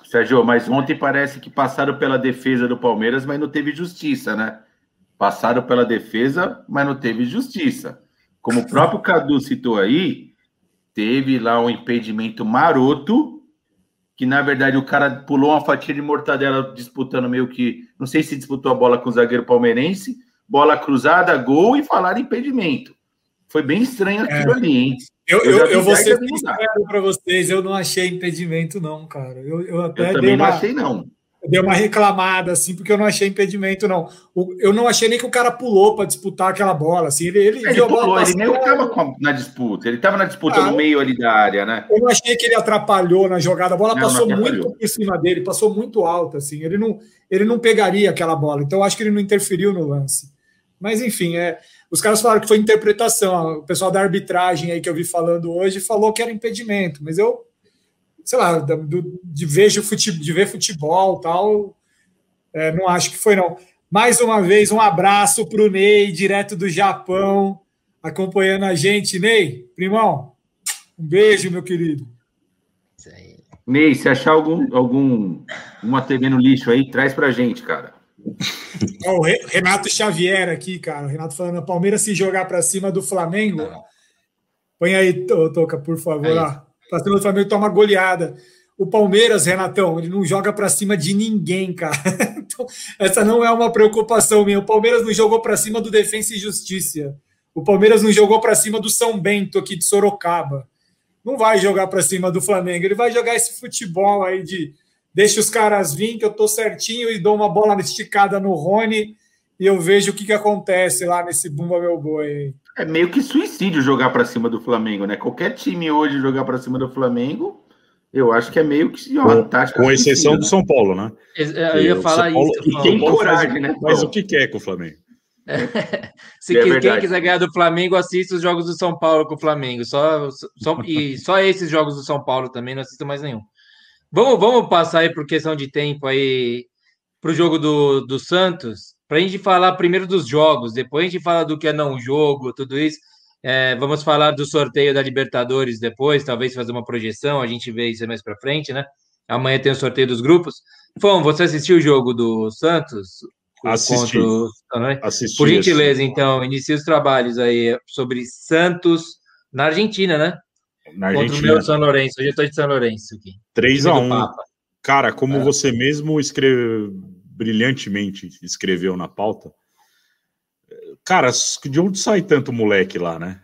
Sérgio, mas ontem parece que passaram pela defesa do Palmeiras, mas não teve justiça, né? Passaram pela defesa, mas não teve justiça. Como o próprio Cadu citou aí, teve lá um impedimento maroto, que na verdade o cara pulou uma fatia de mortadela disputando meio que... Não sei se disputou a bola com o zagueiro palmeirense, bola cruzada, gol e falaram impedimento. Foi bem estranho aquilo é. ali, hein? Eu, eu, eu, eu vou ser sincero para vocês, eu não achei impedimento, não, cara. Eu, eu até eu também uma, não achei, não. Eu dei uma reclamada, assim, porque eu não achei impedimento, não. Eu não achei nem que o cara pulou para disputar aquela bola. Assim, ele, ele, ele viu pulou, a bola ele meio que estava na disputa. Ele estava na disputa ah, no meio ali da área, né? Eu não achei que ele atrapalhou na jogada. A bola não, passou não muito por cima dele, passou muito alta, assim. Ele não, ele não pegaria aquela bola. Então, eu acho que ele não interferiu no lance. Mas, enfim, é... Os caras falaram que foi interpretação. O pessoal da arbitragem aí que eu vi falando hoje falou que era impedimento, mas eu, sei lá, do, de, ver futebol, de ver futebol e tal, é, não acho que foi, não. Mais uma vez, um abraço para o Ney, direto do Japão, acompanhando a gente. Ney, primão, um beijo, meu querido. Isso aí. Ney, se achar algum, algum uma T V no lixo aí, traz pra gente, cara. O Renato Xavier aqui, cara. O Renato falando, Palmeiras se jogar para cima do Flamengo. Não. Põe aí, Toca, por favor. Para cima do Flamengo toma goleada. O Palmeiras, Renatão, ele não joga para cima de ninguém, cara. Então, essa não é uma preocupação minha. O Palmeiras não jogou para cima do Defensa e Justiça. O Palmeiras não jogou para cima do São Bento aqui de Sorocaba. Não vai jogar para cima do Flamengo. Ele vai jogar esse futebol aí de deixa os caras virem, que eu tô certinho e dou uma bola esticada no Rony e eu vejo o que, que acontece lá nesse Bumba Meu Boi. É meio que suicídio jogar para cima do Flamengo, né? Qualquer time hoje jogar para cima do Flamengo, eu acho que é meio que uma tática. Com exceção suicídio, do São Paulo, né? Eu ia falar Paulo, isso. E tem coragem, faz, né? Mas o que quer com o Flamengo? Se é quem verdade. quiser ganhar do Flamengo, assista os jogos do São Paulo com o Flamengo. Só, só, e só esses jogos do São Paulo também, não assisto mais nenhum. Vamos, vamos passar aí por questão de tempo aí para o jogo do, do Santos, para a gente falar primeiro dos jogos, depois a gente fala do que é não jogo, tudo isso. É, vamos falar do sorteio da Libertadores depois, talvez fazer uma projeção, a gente vê isso mais para frente, né? Amanhã tem o sorteio dos grupos. Fom, você assistiu o jogo do Santos? Assisti. O... assisti. Por gentileza, assisti. Então, inicie os trabalhos aí sobre Santos na Argentina, né? Na Argentina. Contra o meu São Lourenço. Hoje eu estou de São Lourenço aqui. três a um. Cara, como é. você mesmo escreveu, brilhantemente escreveu na pauta, cara, de onde sai tanto moleque lá, né?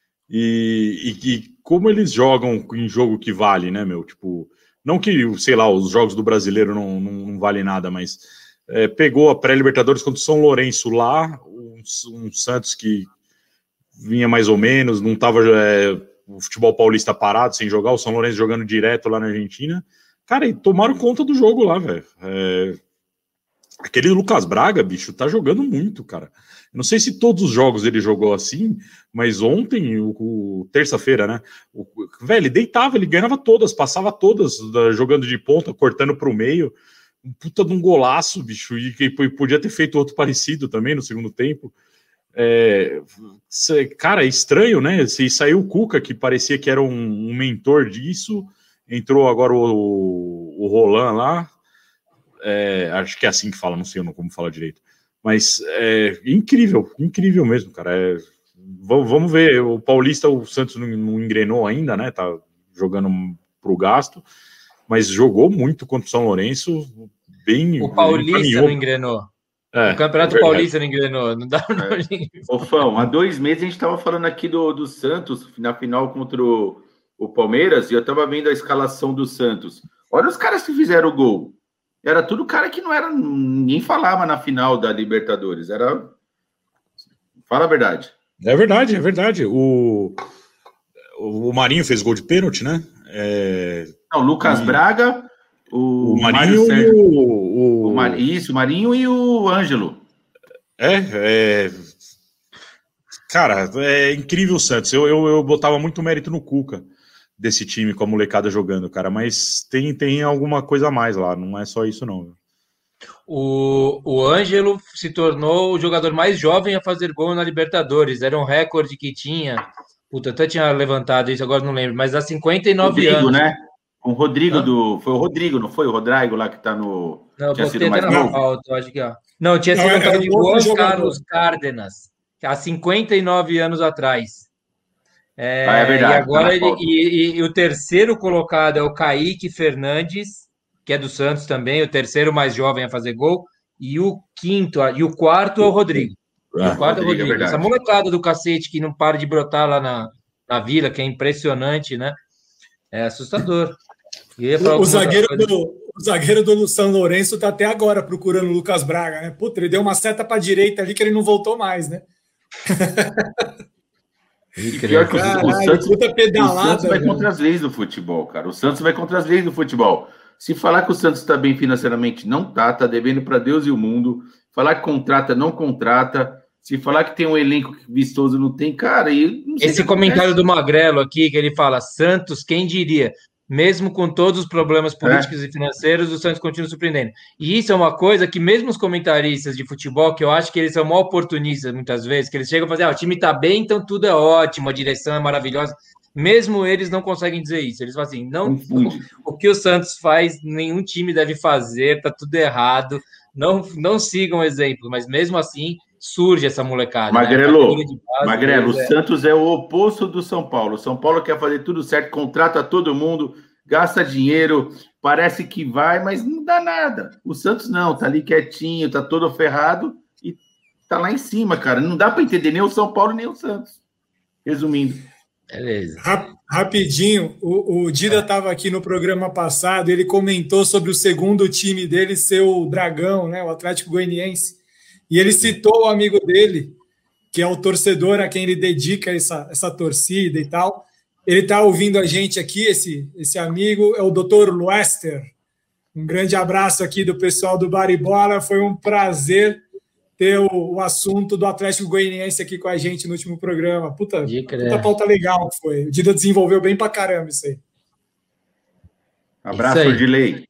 E, e, e como eles jogam em jogo que vale, né, meu? Tipo, não que, sei lá, os jogos do brasileiro não, não, não valem nada, mas é, pegou a pré-Libertadores contra o São Lourenço lá, um, um Santos que vinha mais ou menos, não tava... É, o futebol paulista parado, sem jogar, o São Lourenço jogando direto lá na Argentina, cara, e tomaram conta do jogo lá, velho. É... Aquele Lucas Braga, bicho, tá jogando muito, cara. Eu não sei se todos os jogos ele jogou assim, mas ontem, o, o terça-feira, né, o, velho, ele deitava, ele ganhava todas, passava todas, da, jogando de ponta, cortando pro meio, um puta de um golaço, bicho, e que podia ter feito outro parecido também no segundo tempo. É, cara, é estranho, né? Se saiu o Cuca, que parecia que era um, um mentor disso, entrou agora o, o Roland lá, é, acho que é assim que fala, não sei como fala direito, mas é incrível, incrível mesmo, cara. É, vamos, vamos ver, o Paulista, o Santos não, não engrenou ainda, né? Tá jogando pro gasto, mas jogou muito contra o São Lourenço, bem. O Paulista não engrenou. É, o Campeonato é Paulista não engrenou, não dá pra... é. Ô, Fão, há dois meses a gente estava falando aqui do, do Santos, na final contra o, o Palmeiras, e eu estava vendo a escalação do Santos. Olha os caras que fizeram o gol. Era tudo cara que não era... Ninguém falava na final da Libertadores. Era... Fala a verdade. É verdade, é verdade. O, o Marinho fez gol de pênalti, né? É... Não, Lucas e... Braga... O, o Marinho e o, o... o Mar... Isso, o Marinho e o Ângelo. É, é... Cara, é incrível o Santos. Eu, eu, eu botava muito mérito no Cuca desse time com a molecada jogando, cara, mas tem, tem alguma coisa a mais lá, não é só isso não. O, o Ângelo se tornou o jogador mais jovem a fazer gol na Libertadores. Era um recorde que tinha... Puta, até tinha levantado isso, agora não lembro, mas há cinquenta e nove Rodrigo, anos. Né? Com o Rodrigo Hã? do... Foi o Rodrigo, não foi? O Rodrigo lá que tá no... Não, tinha sido mais na pauta, acho que, ó. Não, tinha sido um cara de Juan Carlos Cárdenas, há cinquenta e nove anos atrás. É, ah, é verdade. E agora tá ele, e, e, e o terceiro colocado é o Kaique Fernandes, que é do Santos também, o terceiro mais jovem a fazer gol, e o quinto, e o quarto é o Rodrigo. Ah, o quarto é o Rodrigo. É Essa molecada do cacete que não para de brotar lá na, na vila, que é impressionante, né? É assustador. O, o, zagueiro do, o zagueiro do São Lourenço tá até agora procurando o Lucas Braga, né? Puta, ele deu uma seta para a direita ali que ele não voltou mais, né? E pior que o, Caralho, o, Santos, pedalada, o Santos vai velho. contra as leis do futebol, cara. O Santos vai contra as leis do futebol. Se falar que o Santos está bem financeiramente, não tá, tá devendo para Deus e o mundo. Falar que contrata, não contrata. Se falar que tem um elenco vistoso, não tem, cara. E não sei Esse comentário do Magrelo aqui, que ele fala, Santos, quem diria? Mesmo com todos os problemas políticos é. e financeiros, o Santos continua surpreendendo. E isso é uma coisa que mesmo os comentaristas de futebol, que eu acho que eles são mal oportunistas muitas vezes, que eles chegam a fazer, ah, o time tá bem, então tudo é ótimo, a direção é maravilhosa. Mesmo eles não conseguem dizer isso. Eles falam assim, não, o, o que o Santos faz, nenhum time deve fazer, tá tudo errado. Não, não sigam o exemplo, mas mesmo assim surge essa molecada. Magrelo, né? base, Magrelo o é... Santos é o oposto do São Paulo. O São Paulo quer fazer tudo certo, contrata todo mundo, gasta dinheiro, parece que vai, mas não dá nada. O Santos não, tá ali quietinho, tá todo ferrado e tá lá em cima, cara. Não dá para entender nem o São Paulo nem o Santos. Resumindo. Beleza. Rapidinho, o, o Dida estava aqui no programa passado, ele comentou sobre o segundo time dele ser o Dragão, né, o Atlético Goianiense, e ele citou o amigo dele, que é o torcedor a quem ele dedica essa, essa torcida e tal. Ele está ouvindo a gente aqui, esse, esse amigo é o doutor Luester. Um grande abraço aqui do pessoal do Baribola, foi um prazer ter o, o assunto do Atlético Goianiense aqui com a gente no último programa. Puta, puta pauta legal que foi. O Dida desenvolveu bem pra caramba isso aí. Abraço, Odilei.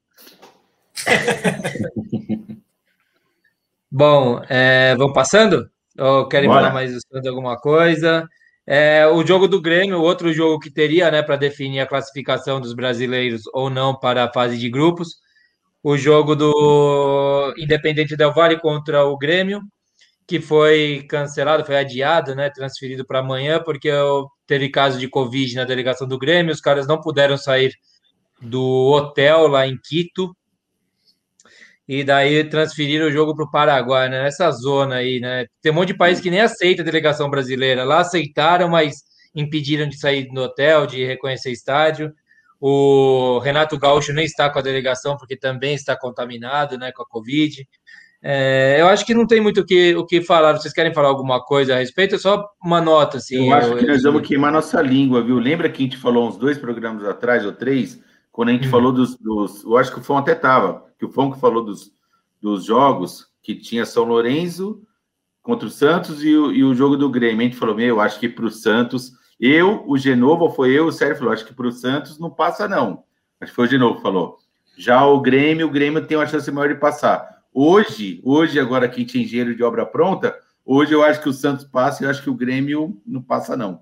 Bom, é, vamos passando? Ou querem Bora. falar mais de alguma coisa? É, o jogo do Grêmio, outro jogo que teria, né, para definir a classificação dos brasileiros ou não para a fase de grupos. O jogo do Independente Del Valle contra o Grêmio, que foi cancelado, foi adiado, né, transferido para amanhã, porque teve caso de Covid na delegação do Grêmio, os caras não puderam sair do hotel lá em Quito, e daí transferiram o jogo para o Paraguai, né, nessa zona aí, né, tem um monte de país que nem aceita a delegação brasileira, lá aceitaram, mas impediram de sair do hotel, de reconhecer estádio. O Renato Gaúcho nem está com a delegação, porque também está contaminado, né, com a Covid. É, eu acho que não tem muito o que, o que falar. Vocês querem falar alguma coisa a respeito? É só uma nota, assim. Eu acho eu, que nós eu... vamos queimar nossa língua, viu? Lembra que a gente falou uns dois programas atrás, ou três, quando a gente hum. falou dos, dos... Eu acho que o Fão até estava, que o Fão que falou dos, dos jogos, que tinha São Lourenço contra o Santos e o, e o jogo do Grêmio. A gente falou, meu, eu acho que para o Santos... Eu, o Genovo, foi eu, o Sérgio falou, acho que para o Santos não passa, não. Acho que foi o Genovo que falou. Já o Grêmio, o Grêmio tem uma chance maior de passar. Hoje, hoje agora aqui tinha engenheiro de obra pronta, hoje eu acho que o Santos passa e eu acho que o Grêmio não passa, não.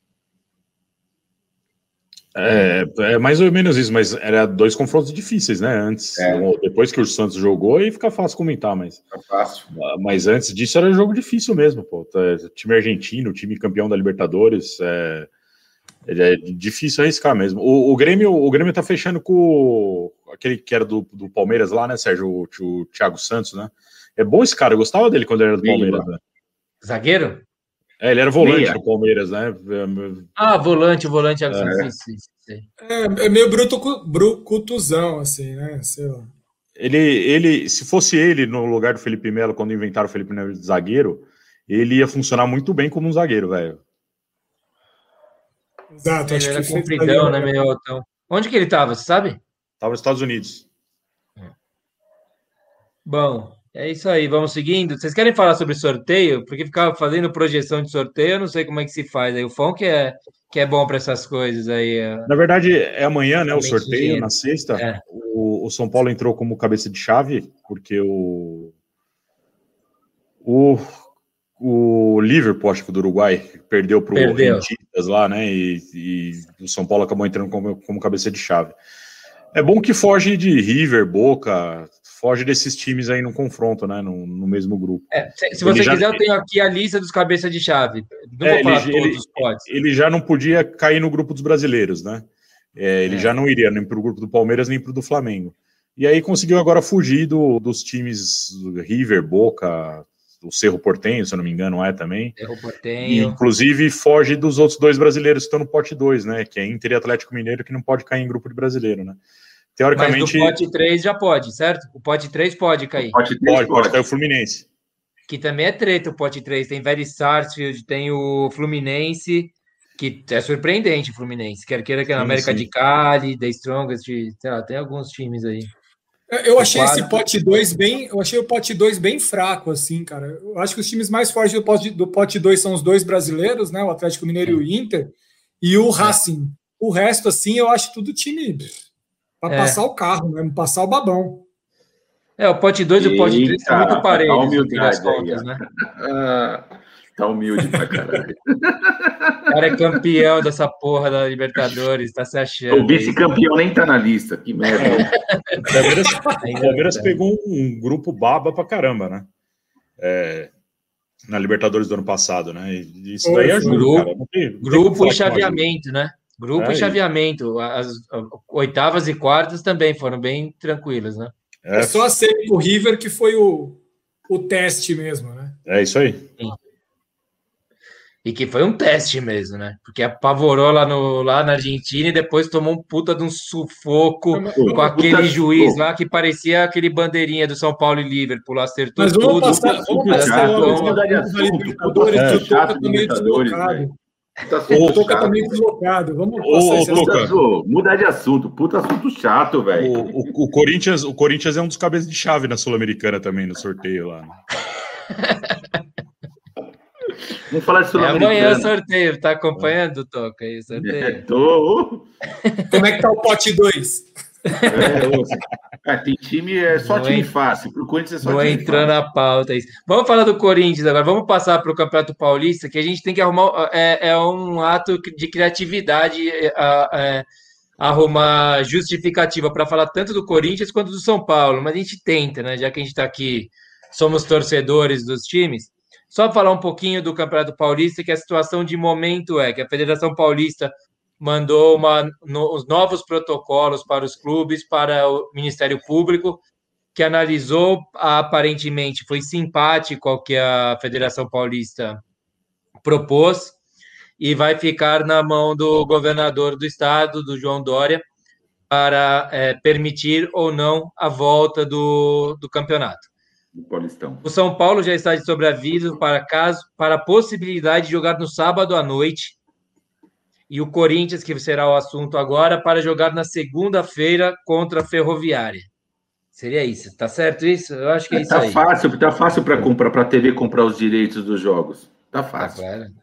É, é mais ou menos isso, mas era dois confrontos difíceis, né? Antes, é. depois que o Santos jogou, aí fica fácil comentar, mas. É fácil. Mas antes disso era um jogo difícil mesmo, pô. Time argentino, time campeão da Libertadores, é, é difícil arriscar mesmo. O, o, Grêmio, o Grêmio tá fechando com aquele que era do, do Palmeiras lá, né, Sérgio? O, o Thiago Santos, né? É bom esse cara, eu gostava dele quando ele era do Palmeiras, né? Zagueiro? É, ele era volante Meia. do Palmeiras, né? Ah, volante, volante. É, é, é meio bruto, brucutuzão, assim, né? Sei lá. Ele, ele, se fosse ele no lugar do Felipe Melo, quando inventaram o Felipe Melo de zagueiro, ele ia funcionar muito bem como um zagueiro, velho. Exato, ele acho era que compridão, né, meio altão. Onde que ele tava, você sabe? Tava nos Estados Unidos. Bom... É isso aí, vamos seguindo. Vocês querem falar sobre sorteio? Porque ficava fazendo projeção de sorteio, eu não sei como é que se faz aí. O Fão que é, que é bom para essas coisas aí. Na verdade, é amanhã, né? O sorteio, dinheiro. na sexta. É. O, o São Paulo entrou como cabeça de chave, porque o. O, o Liverpool, acho que do Uruguai, perdeu para o Rentistas lá, né? E, e o São Paulo acabou entrando como, como cabeça de chave. É bom que foge de River, Boca, foge desses times aí no confronto, né? No, no mesmo grupo. É, se, se você já, quiser, eu tenho aqui a lista dos cabeças de chave. Não é, vou falar ele, todos ele, os potes. Ele já não podia cair no grupo dos brasileiros, né? É, ele é. já não iria nem para o grupo do Palmeiras, nem para o do Flamengo. E aí conseguiu agora fugir do, dos times do River, Boca, o Cerro Porteño, se eu não me engano, é também. Cerro Porteño. E, inclusive, foge dos outros dois brasileiros que estão no pote dois, né? Que é Inter e Atlético Mineiro, que não pode cair em grupo de brasileiro, né? Teoricamente. Mas do pote três já pode, certo? O pote três pode cair. Pote três pode, pode cair o Fluminense. Que também é treta o pote três. Tem Vélez Sarsfield, tem o Fluminense, que é surpreendente o Fluminense. Quer queira que é na América sim. de Cali, The Strongest, sei lá, tem alguns times aí. Eu achei quadro. esse pote dois bem, eu achei o pote dois bem fraco, assim, cara. Eu acho que os times mais fortes do pote, do pote dois são os dois brasileiros, né? O Atlético Mineiro é. e o Inter, e o Racing. É. O resto, assim, eu acho tudo time para é. passar o carro, né? Passar o babão. É, o pote dois e o pote três são muito parelhos, no fim das contas, né? Tá humilde pra caralho. O cara é campeão dessa porra da Libertadores, tá se achando. O vice-campeão nem tá na lista, que merda. O Palmeiras, o Palmeiras pegou um grupo baba pra caramba, né? É, na Libertadores do ano passado, né? E isso daí ajuda, grupo, cara. Não tem, não grupo e chaveamento, né? Grupo é, e chaveamento. As, as oitavas e quartas também foram bem tranquilas, né? É, é só a série do River que foi o, o teste mesmo, né? É isso aí. Sim. E que foi um teste mesmo, né? Porque apavorou lá, no, lá na Argentina e depois tomou um puta de um sufoco Mas, com aquele puta juiz lá que parecia aquele bandeirinha do São Paulo e Liverpool, acertou Mas vamos tudo. Passar, vamos passar logo mudar de assunto. O Toca tá meio deslocado. O Toca tá meio deslocado. Vamos passar esse assunto. Mudar de assunto. Puta assunto chato, velho. O, o, o, Corinthians, o Corinthians é um dos cabeças de chave na Sul-Americana também, no sorteio lá. Né? Vamos falar de Sul-Americana. É amanhã o sorteio, tá acompanhando, Toca? Aí, o sorteio. É, tô. Como é que tá o pote dois? É, é, tem time, é só não time ent... fácil. Pro Corinthians é só não time entrando fácil. na pauta isso. Vamos falar do Corinthians agora. Vamos passar para o Campeonato Paulista, que a gente tem que arrumar. É, é um ato de criatividade a, a, a arrumar justificativa para falar tanto do Corinthians quanto do São Paulo. Mas a gente tenta, né? Já que a gente está aqui, somos torcedores dos times. Só falar um pouquinho do Campeonato Paulista, que a situação de momento é que a Federação Paulista mandou uma, no, os novos protocolos para os clubes, para o Ministério Público, que analisou, aparentemente, foi simpático ao que a Federação Paulista propôs, e vai ficar na mão do governador do estado, do João Dória, para é, permitir ou não a volta do, do campeonato. Paulistão. O São Paulo já está de sobreaviso para caso para a possibilidade de jogar no sábado à noite, e o Corinthians, que será o assunto agora, para jogar na segunda-feira contra a Ferroviária. Seria isso, tá certo isso? Eu acho que é, é isso tá aí. Fácil, tá fácil para comprar, para a T V comprar os direitos dos jogos. Tá fácil. Tá claro.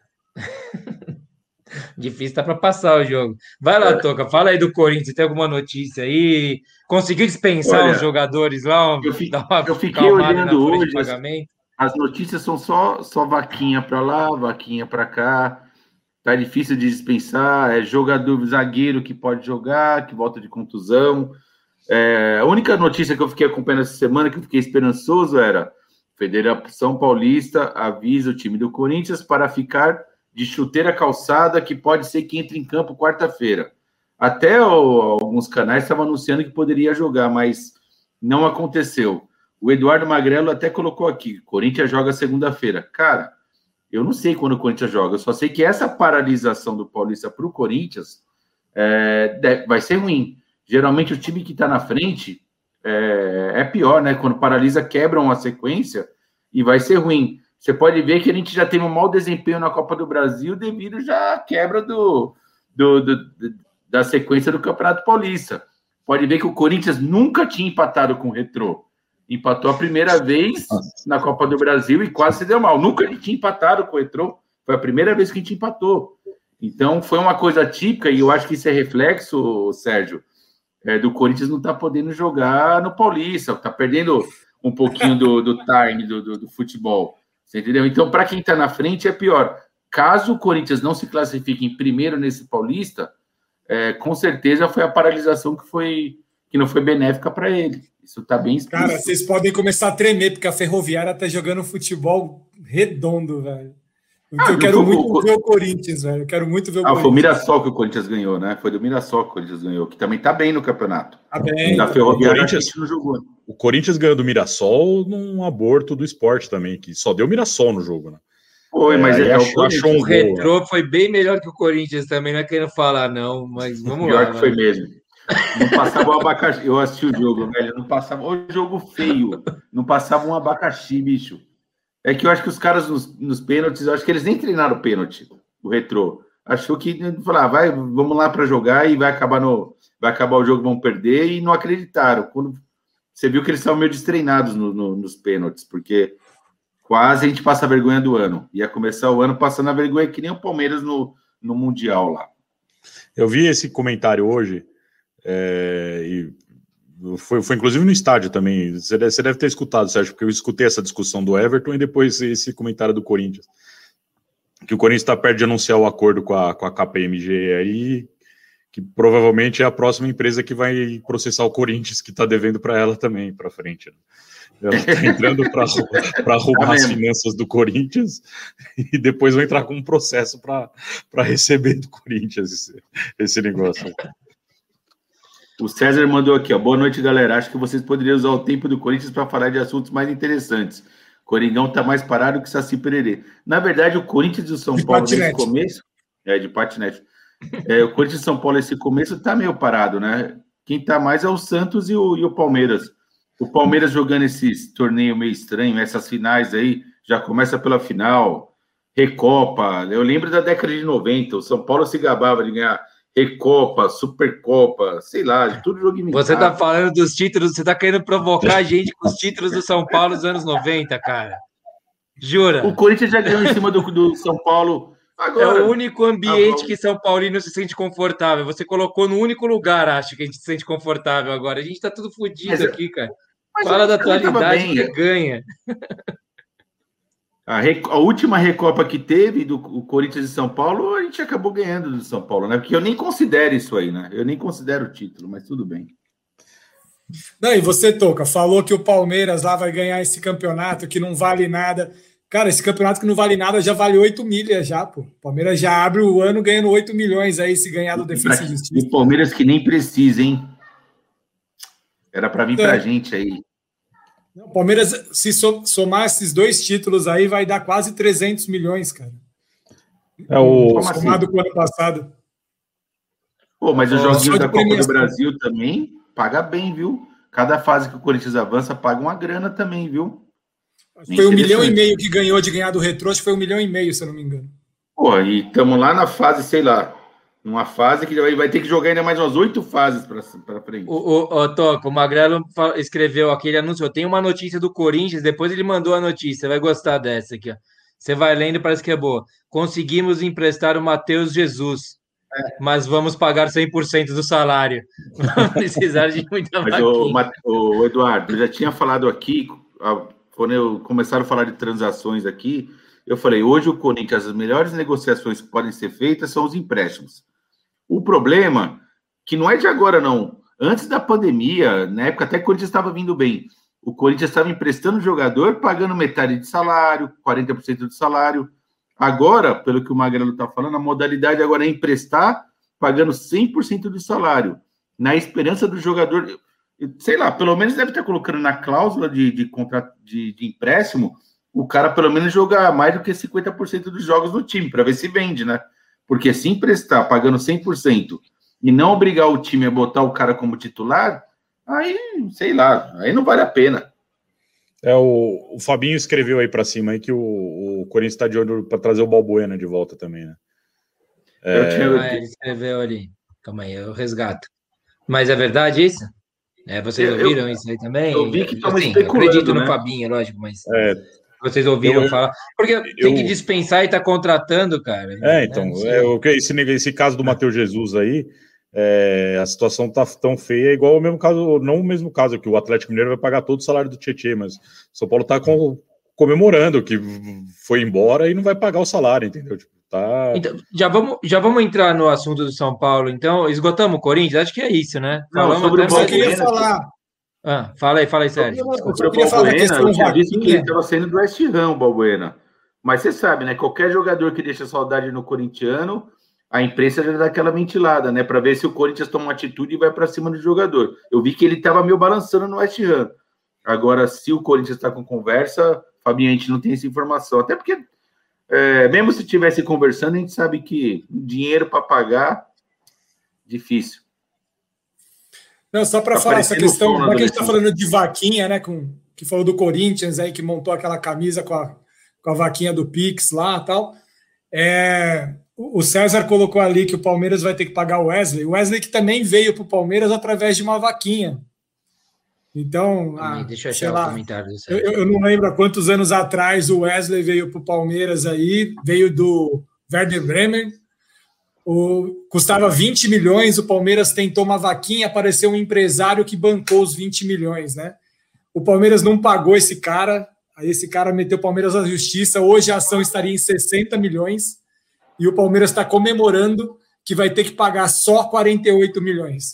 Difícil tá para passar o jogo. Vai lá, é. Toca, fala aí do Corinthians, tem alguma notícia aí? Conseguiu dispensar Olha, os jogadores lá? Eu, fi, eu fiquei olhando hoje, as notícias são só, só vaquinha para lá, vaquinha para cá, tá difícil de dispensar, é jogador, zagueiro que pode jogar, que volta de contusão. É, a única notícia que eu fiquei acompanhando essa semana, que eu fiquei esperançoso, era Federação Paulista avisa o time do Corinthians para ficar de chuteira calçada, que pode ser que entre em campo quarta-feira. Até o, alguns canais estavam anunciando que poderia jogar, mas não aconteceu. O Eduardo Magrelo até colocou aqui, Corinthians joga segunda-feira. Cara, eu não sei quando o Corinthians joga, eu só sei que essa paralisação do Paulista para o Corinthians é, vai ser ruim. Geralmente o time que está na frente é, é pior, né? Quando paralisa, quebram a sequência e vai ser ruim. Você pode ver que a gente já tem um mau desempenho na Copa do Brasil devido já à quebra do, do, do, da sequência do Campeonato Paulista. Pode ver que o Corinthians nunca tinha empatado com o Retrô. Empatou a primeira vez na Copa do Brasil e quase se deu mal. Nunca tinha empatado com o Retrô. Foi a primeira vez que a gente empatou. Então, foi uma coisa típica e eu acho que isso é reflexo, Sérgio, é, do Corinthians não estar tá podendo jogar no Paulista. Está perdendo um pouquinho do, do time do, do, do futebol. Você entendeu? Então, para quem está na frente, é pior. Caso o Corinthians não se classifique em primeiro nesse Paulista, é, com certeza foi a paralisação que foi, que não foi benéfica para ele. Isso está bem explícito. Cara, vocês podem começar a tremer, porque a Ferroviária tá jogando futebol redondo, velho. Ah, eu quero muito o... ver o Corinthians, velho. Eu quero muito ver o ah, Corinthians. Foi o Mirassol que o Corinthians ganhou, né? Foi do Mirassol que o Corinthians ganhou, que também tá bem no campeonato. Tá bem. Da Ferroviária a gente não jogou. O Corinthians ganhou do Mirassol num aborto do esporte também, que só deu Mirassol no jogo, né? Foi, mas é, é o, achou um o Retrô né? Foi bem melhor que o Corinthians também, não é querendo falar, não, mas vamos Pior lá. que mano. Foi mesmo. Não passava um abacaxi. Eu assisti o jogo, velho. Não passava. O jogo feio. Não passava um abacaxi, bicho. É que eu acho que os caras nos, nos pênaltis, eu acho que eles nem treinaram o pênalti, o Retrô. Achou que falar, vai, vamos lá para jogar e vai acabar no, vai acabar o jogo, vão perder e não acreditaram. Quando você viu que eles estavam meio destreinados no, no, nos pênaltis, porque quase a gente passa a vergonha do ano. Ia começar o ano passando a vergonha que nem o Palmeiras no, no Mundial lá. Eu vi esse comentário hoje. É, e foi, foi inclusive no estádio também. Você deve, você deve ter escutado, Sérgio, porque eu escutei essa discussão do Everton e depois esse comentário do Corinthians. Que o Corinthians está perto de anunciar o acordo com a, com a K P M G aí, que provavelmente é a próxima empresa que vai processar o Corinthians, que está devendo para ela também para frente. Né? Ela está entrando para arrumar as finanças do Corinthians e depois vai entrar com um processo para receber do Corinthians esse, esse negócio. O César mandou aqui, ó. Boa noite, galera. Acho que vocês poderiam usar o tempo do Corinthians para falar de assuntos mais interessantes. Coringão tá mais parado que Saci Pererê. Na verdade, o Corinthians e o São de Paulo patinete. nesse começo... É, de patinete. É, o Corinthians e São Paulo nesse começo tá meio parado, né? Quem tá mais é o Santos e o, e o Palmeiras. O Palmeiras jogando esses torneios meio estranhos, essas finais aí, já começa pela final, Recopa. Eu lembro da década de noventa, o São Paulo se gabava de ganhar Recopa, Supercopa, sei lá, tudo jogo inventado. Você tá falando dos títulos, você tá querendo provocar a gente com os títulos do São Paulo dos anos noventa, cara. Jura? O Corinthians já ganhou em cima do, do São Paulo. Agora, é o único ambiente que São Paulino se sente confortável. Você colocou no único lugar, acho, que a gente se sente confortável agora. A gente tá tudo fodido mas, aqui, cara. Fala da atualidade que ganha. A, a última Recopa que teve do Corinthians e São Paulo, a gente acabou ganhando do São Paulo, né? Porque eu nem considero isso aí, né? Eu nem considero o título, mas tudo bem. Não, e você, Toca, falou que o Palmeiras lá vai ganhar esse campeonato que não vale nada. Cara, esse campeonato que não vale nada já vale oito milhas já, pô. O Palmeiras já abre o ano ganhando oito milhões aí se ganhar do Defensa e Justiça. O Palmeiras que nem precisa, hein? Era para vir então, pra gente aí. O Palmeiras, se somar esses dois títulos aí, vai dar quase trezentos milhões, cara. É o somado assim? Com o ano passado. Pô, mas os joguinhos da Copa do Brasil também paga bem, viu? Cada fase que o Corinthians avança paga uma grana também, viu? Foi um milhão e meio que ganhou de ganhar do Retrô, acho que foi um milhão e meio, se eu não me engano. Pô, e estamos lá na fase, sei lá, uma fase que vai ter que jogar ainda mais umas oito fases para frente. O, o, o Toco, o Magrelo escreveu aquele anúncio. Eu tenho uma notícia do Corinthians, depois ele mandou a notícia. Você vai gostar dessa aqui, ó. Você vai lendo, parece que é boa. Conseguimos emprestar o Matheus Jesus, é. mas vamos pagar cem por cento do salário. Vamos precisar de muita mas o, o Eduardo, eu já tinha falado aqui, quando eu começaram a falar de transações aqui, eu falei, hoje o Corinthians, as melhores negociações que podem ser feitas são os empréstimos. O problema, que não é de agora, não. Antes da pandemia, na época até que o Corinthians estava vindo bem, o Corinthians estava emprestando jogador, pagando metade de salário, quarenta por cento do salário. Agora, pelo que o Magrelo está falando, a modalidade agora é emprestar, pagando cem por cento do salário, na esperança do jogador, sei lá, pelo menos deve estar colocando na cláusula de, de, contrato, de, de empréstimo, o cara pelo menos jogar mais do que cinquenta por cento dos jogos do time, para ver se vende, né? Porque se emprestar pagando cem por cento e não obrigar o time a botar o cara como titular, aí, sei lá, aí não vale a pena. É, o, o Fabinho escreveu aí para cima aí que o, o Corinthians está de olho para trazer o Balbuena de volta também, né? É... Eu tinha... ah, ele escreveu ali. Calma aí, eu resgato. Mas é verdade isso? É, vocês ouviram eu, isso aí também? Eu vi que estão assim, especulando, eu acredito né? no Fabinho, lógico, mas... É... Vocês ouviram eu, falar? Porque eu, tem que dispensar e tá contratando, cara. É, então, é, é, esse, esse caso do Matheus Jesus aí, é, a situação tá tão feia, igual o mesmo caso, não o mesmo caso, que o Atlético Mineiro vai pagar todo o salário do Tietê, mas o São Paulo tá com, comemorando que foi embora e não vai pagar o salário, entendeu? Tipo, Tá... Então, já vamos, já vamos entrar no assunto do São Paulo, então. Esgotamos o Corinthians? Acho que é isso, né? Não, Falamos sobre até o Eu queria Balbuena, falar. Ah, fala aí, fala aí, Sérgio. Eu, eu Desculpa. só queria falar da Balbuena, questão eu tinha visto que ele Vaquinha. estava saindo do West Ham, o Balbuena. Mas você sabe, né? Qualquer jogador que deixa saudade no corintiano, a imprensa já dá aquela ventilada, né? Para ver se o Corinthians toma uma atitude e vai para cima do jogador. Eu vi que ele estava meio balançando no West Ham. Agora, se o Corinthians está com conversa, Fabinho, a gente não tem essa informação. Até porque, é, mesmo se estivesse conversando, a gente sabe que dinheiro para pagar, difícil. Não, só para Tá falar essa parecendo questão, um já que a gente está adolescente. falando de vaquinha, né? Com, que falou do Corinthians aí, que montou aquela camisa com a, com a vaquinha do Pix lá e tal. É, o César colocou ali que o Palmeiras vai ter que pagar o Wesley. O Wesley que também veio para o Palmeiras através de uma vaquinha. Então, Calma aí, ah, deixa eu sei achar o lá, comentário do eu, Sérgio. eu não lembro há quantos anos atrás o Wesley veio para o Palmeiras aí, veio do Werder Bremen. O, custava vinte milhões, o Palmeiras tentou uma vaquinha, apareceu um empresário que bancou os vinte milhões, né? O Palmeiras não pagou esse cara, aí esse cara meteu o Palmeiras na justiça, hoje a ação estaria em sessenta milhões, e o Palmeiras está comemorando que vai ter que pagar só quarenta e oito milhões.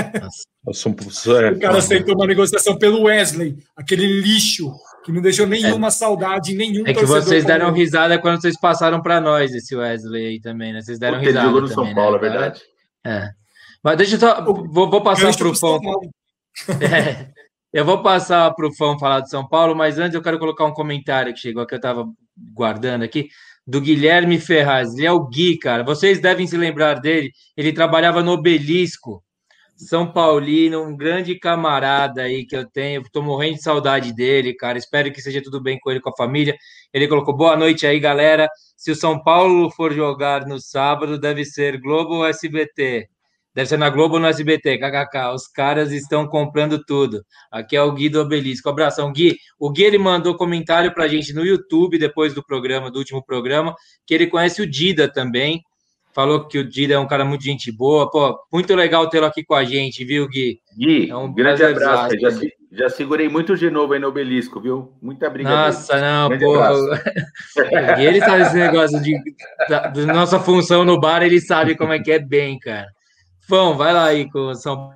O cara aceitou uma negociação pelo Wesley, aquele lixo, que não deixou nenhuma é, saudade, nenhum É que vocês deram risada quando vocês passaram para nós esse Wesley aí também, né? Vocês deram Puta, risada. Ele jogou no também, São Paulo, né? é verdade. É. Mas deixa eu só. Vou, vou passar para o Fão. É, eu vou passar para o Fão falar de São Paulo, mas antes eu quero colocar um comentário que chegou aqui, eu estava guardando aqui, do Guilherme Ferraz. Ele é o Gui, cara. Vocês devem se lembrar dele. Ele trabalhava no Obelisco. São Paulino, um grande camarada aí que eu tenho, estou morrendo de saudade dele, cara, espero que seja tudo bem com ele, com a família. Ele colocou, boa noite aí, galera, se o São Paulo for jogar no sábado, deve ser Globo ou S B T? Deve ser na Globo ou no S B T, kkk, os caras estão comprando tudo. Aqui é o Gui do Obelisco, abração, Gui. O Gui, ele mandou comentário pra gente no YouTube, depois do programa, do último programa, que ele conhece o Dida também, falou que o Dida é um cara muito gente boa. Pô, muito legal tê-lo aqui com a gente, viu, Gui? Gui, é um grande abraço. Já, já segurei muito de novo aí no Obelisco, viu? Muita briga. Nossa, dele. não, grande pô. Abraço. E ele sabe esse negócio de, da, da nossa função no bar, ele sabe como é que é bem, cara. Fão, vai lá aí com o São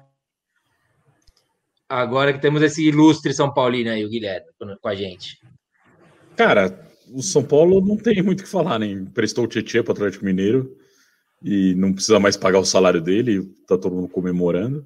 Agora que temos esse ilustre São Paulino aí, o Guilherme, com a gente. Cara, o São Paulo não tem muito o que falar, né? Emprestou o Tietchan para o Atlético Mineiro e não precisa mais pagar o salário dele, tá todo mundo comemorando.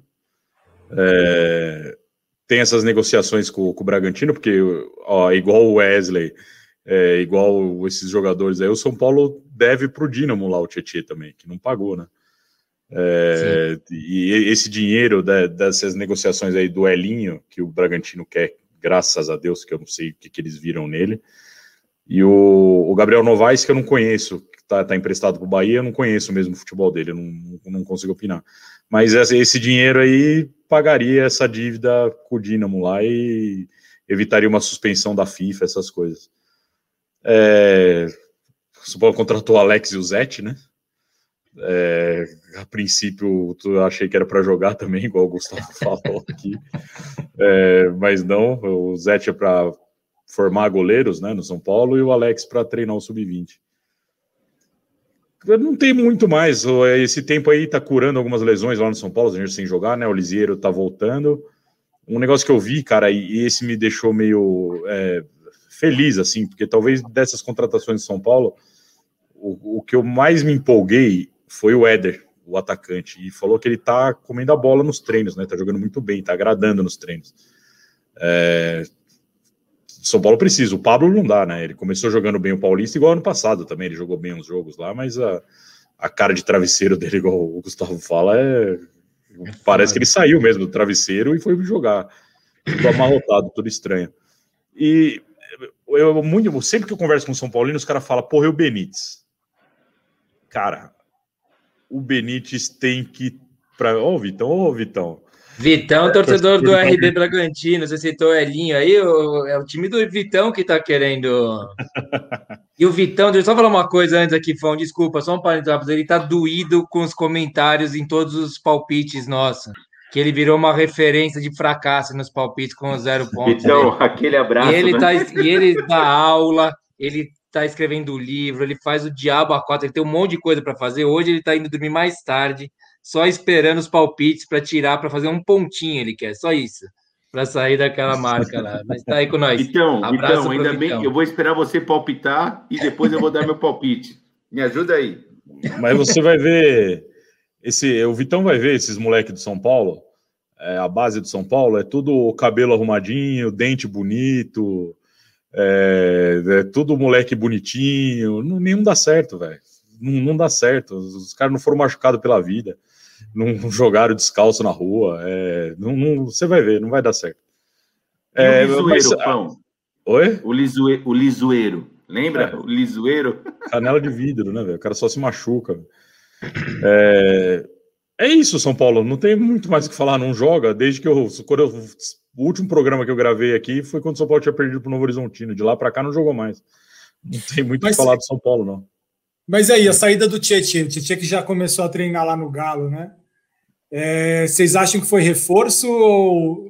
É, tem essas negociações com, com o Bragantino, porque ó, igual o Wesley, é, igual esses jogadores aí, o São Paulo deve pro Dínamo lá o Tietchan também, que não pagou, né? É, e esse dinheiro da, dessas negociações aí do Elinho, que o Bragantino quer, graças a Deus, que eu não sei o que, que eles viram nele, e o, o Gabriel Novaes, que eu não conheço, Tá, tá emprestado para o Bahia, eu não conheço mesmo o futebol dele, eu não, não consigo opinar. Mas esse, esse dinheiro aí pagaria essa dívida com o Dínamo lá e evitaria uma suspensão da FIFA, essas coisas. É, o São Paulo contratou o Alex e o Zete, né? É, a princípio eu achei que era para jogar também, igual o Gustavo falou aqui. É, mas não, o Zete é para formar goleiros, né, no São Paulo, e o Alex para treinar o sub vinte. Não tem muito mais. Esse tempo aí tá curando algumas lesões lá no São Paulo, a gente sem jogar, né? O Lisieiro tá voltando. Um negócio que eu vi, cara, e esse me deixou meio é, feliz, assim, porque talvez dessas contratações de São Paulo, o, o que eu mais me empolguei foi o Éder, o atacante, e falou que ele tá comendo a bola nos treinos, né? Tá jogando muito bem, tá agradando nos treinos. É... São Paulo precisa, o Pablo não dá, né? Ele começou jogando bem o Paulista, igual ano passado também, ele jogou bem uns jogos lá, mas a, a cara de travesseiro dele, igual o Gustavo fala, é... parece que ele saiu mesmo do travesseiro e foi jogar. Tudo amarrotado, tudo estranho. E eu, muito, sempre que eu converso com o São Paulino, os caras falam, porra, e o Benítez? Cara, o Benítez tem que... Pra... Ô, Vitão, ô, Vitão. Vitão, torcedor do R B Bragantino, você citou o Elinho aí, o, é o time do Vitão que tá querendo. E o Vitão, deixa eu só falar uma coisa antes aqui, Fão, desculpa, só um parênteses, ele tá doído com os comentários em todos os palpites, nossa, que ele virou uma referência de fracasso nos palpites com zero pontos. Então, dele. aquele abraço. E ele, né? tá, e ele dá aula, ele tá escrevendo livro, ele faz o diabo a quatro, ele tem um monte de coisa para fazer. Hoje ele tá indo dormir mais tarde, só esperando os palpites para tirar, para fazer um pontinho, ele quer, só isso, para sair daquela marca lá. Mas tá aí com nós. Então, Abraço então ainda pro bem Vitão. que eu vou esperar você palpitar e depois eu vou dar meu palpite. Me ajuda aí. Mas você vai ver, esse, o Vitão vai ver esses moleques do São Paulo, é, a base do São Paulo, é tudo cabelo arrumadinho, dente bonito, é, é tudo moleque bonitinho, não, nenhum dá certo, velho. Não, não dá certo, os, os caras não foram machucados pela vida, não jogaram descalço na rua, é, não, não, você vai ver, não vai dar certo. É, o lisoeiro, mas, Pão? Oi? O, lisoe, o lisoeiro, lembra? É. O lisoeiro? Canela de vidro, né, velho? O cara só se machuca. É, é isso, São Paulo, não tem muito mais o que falar, não joga, desde que eu, quando eu... O último programa que eu gravei aqui foi quando o São Paulo tinha perdido para o Novo Horizontino. De lá para cá não jogou mais. Não tem muito o que falar do São Paulo, não. Mas aí, a saída do Tietê, o Tietê que já começou a treinar lá no Galo, né? É, vocês acham que foi reforço ou,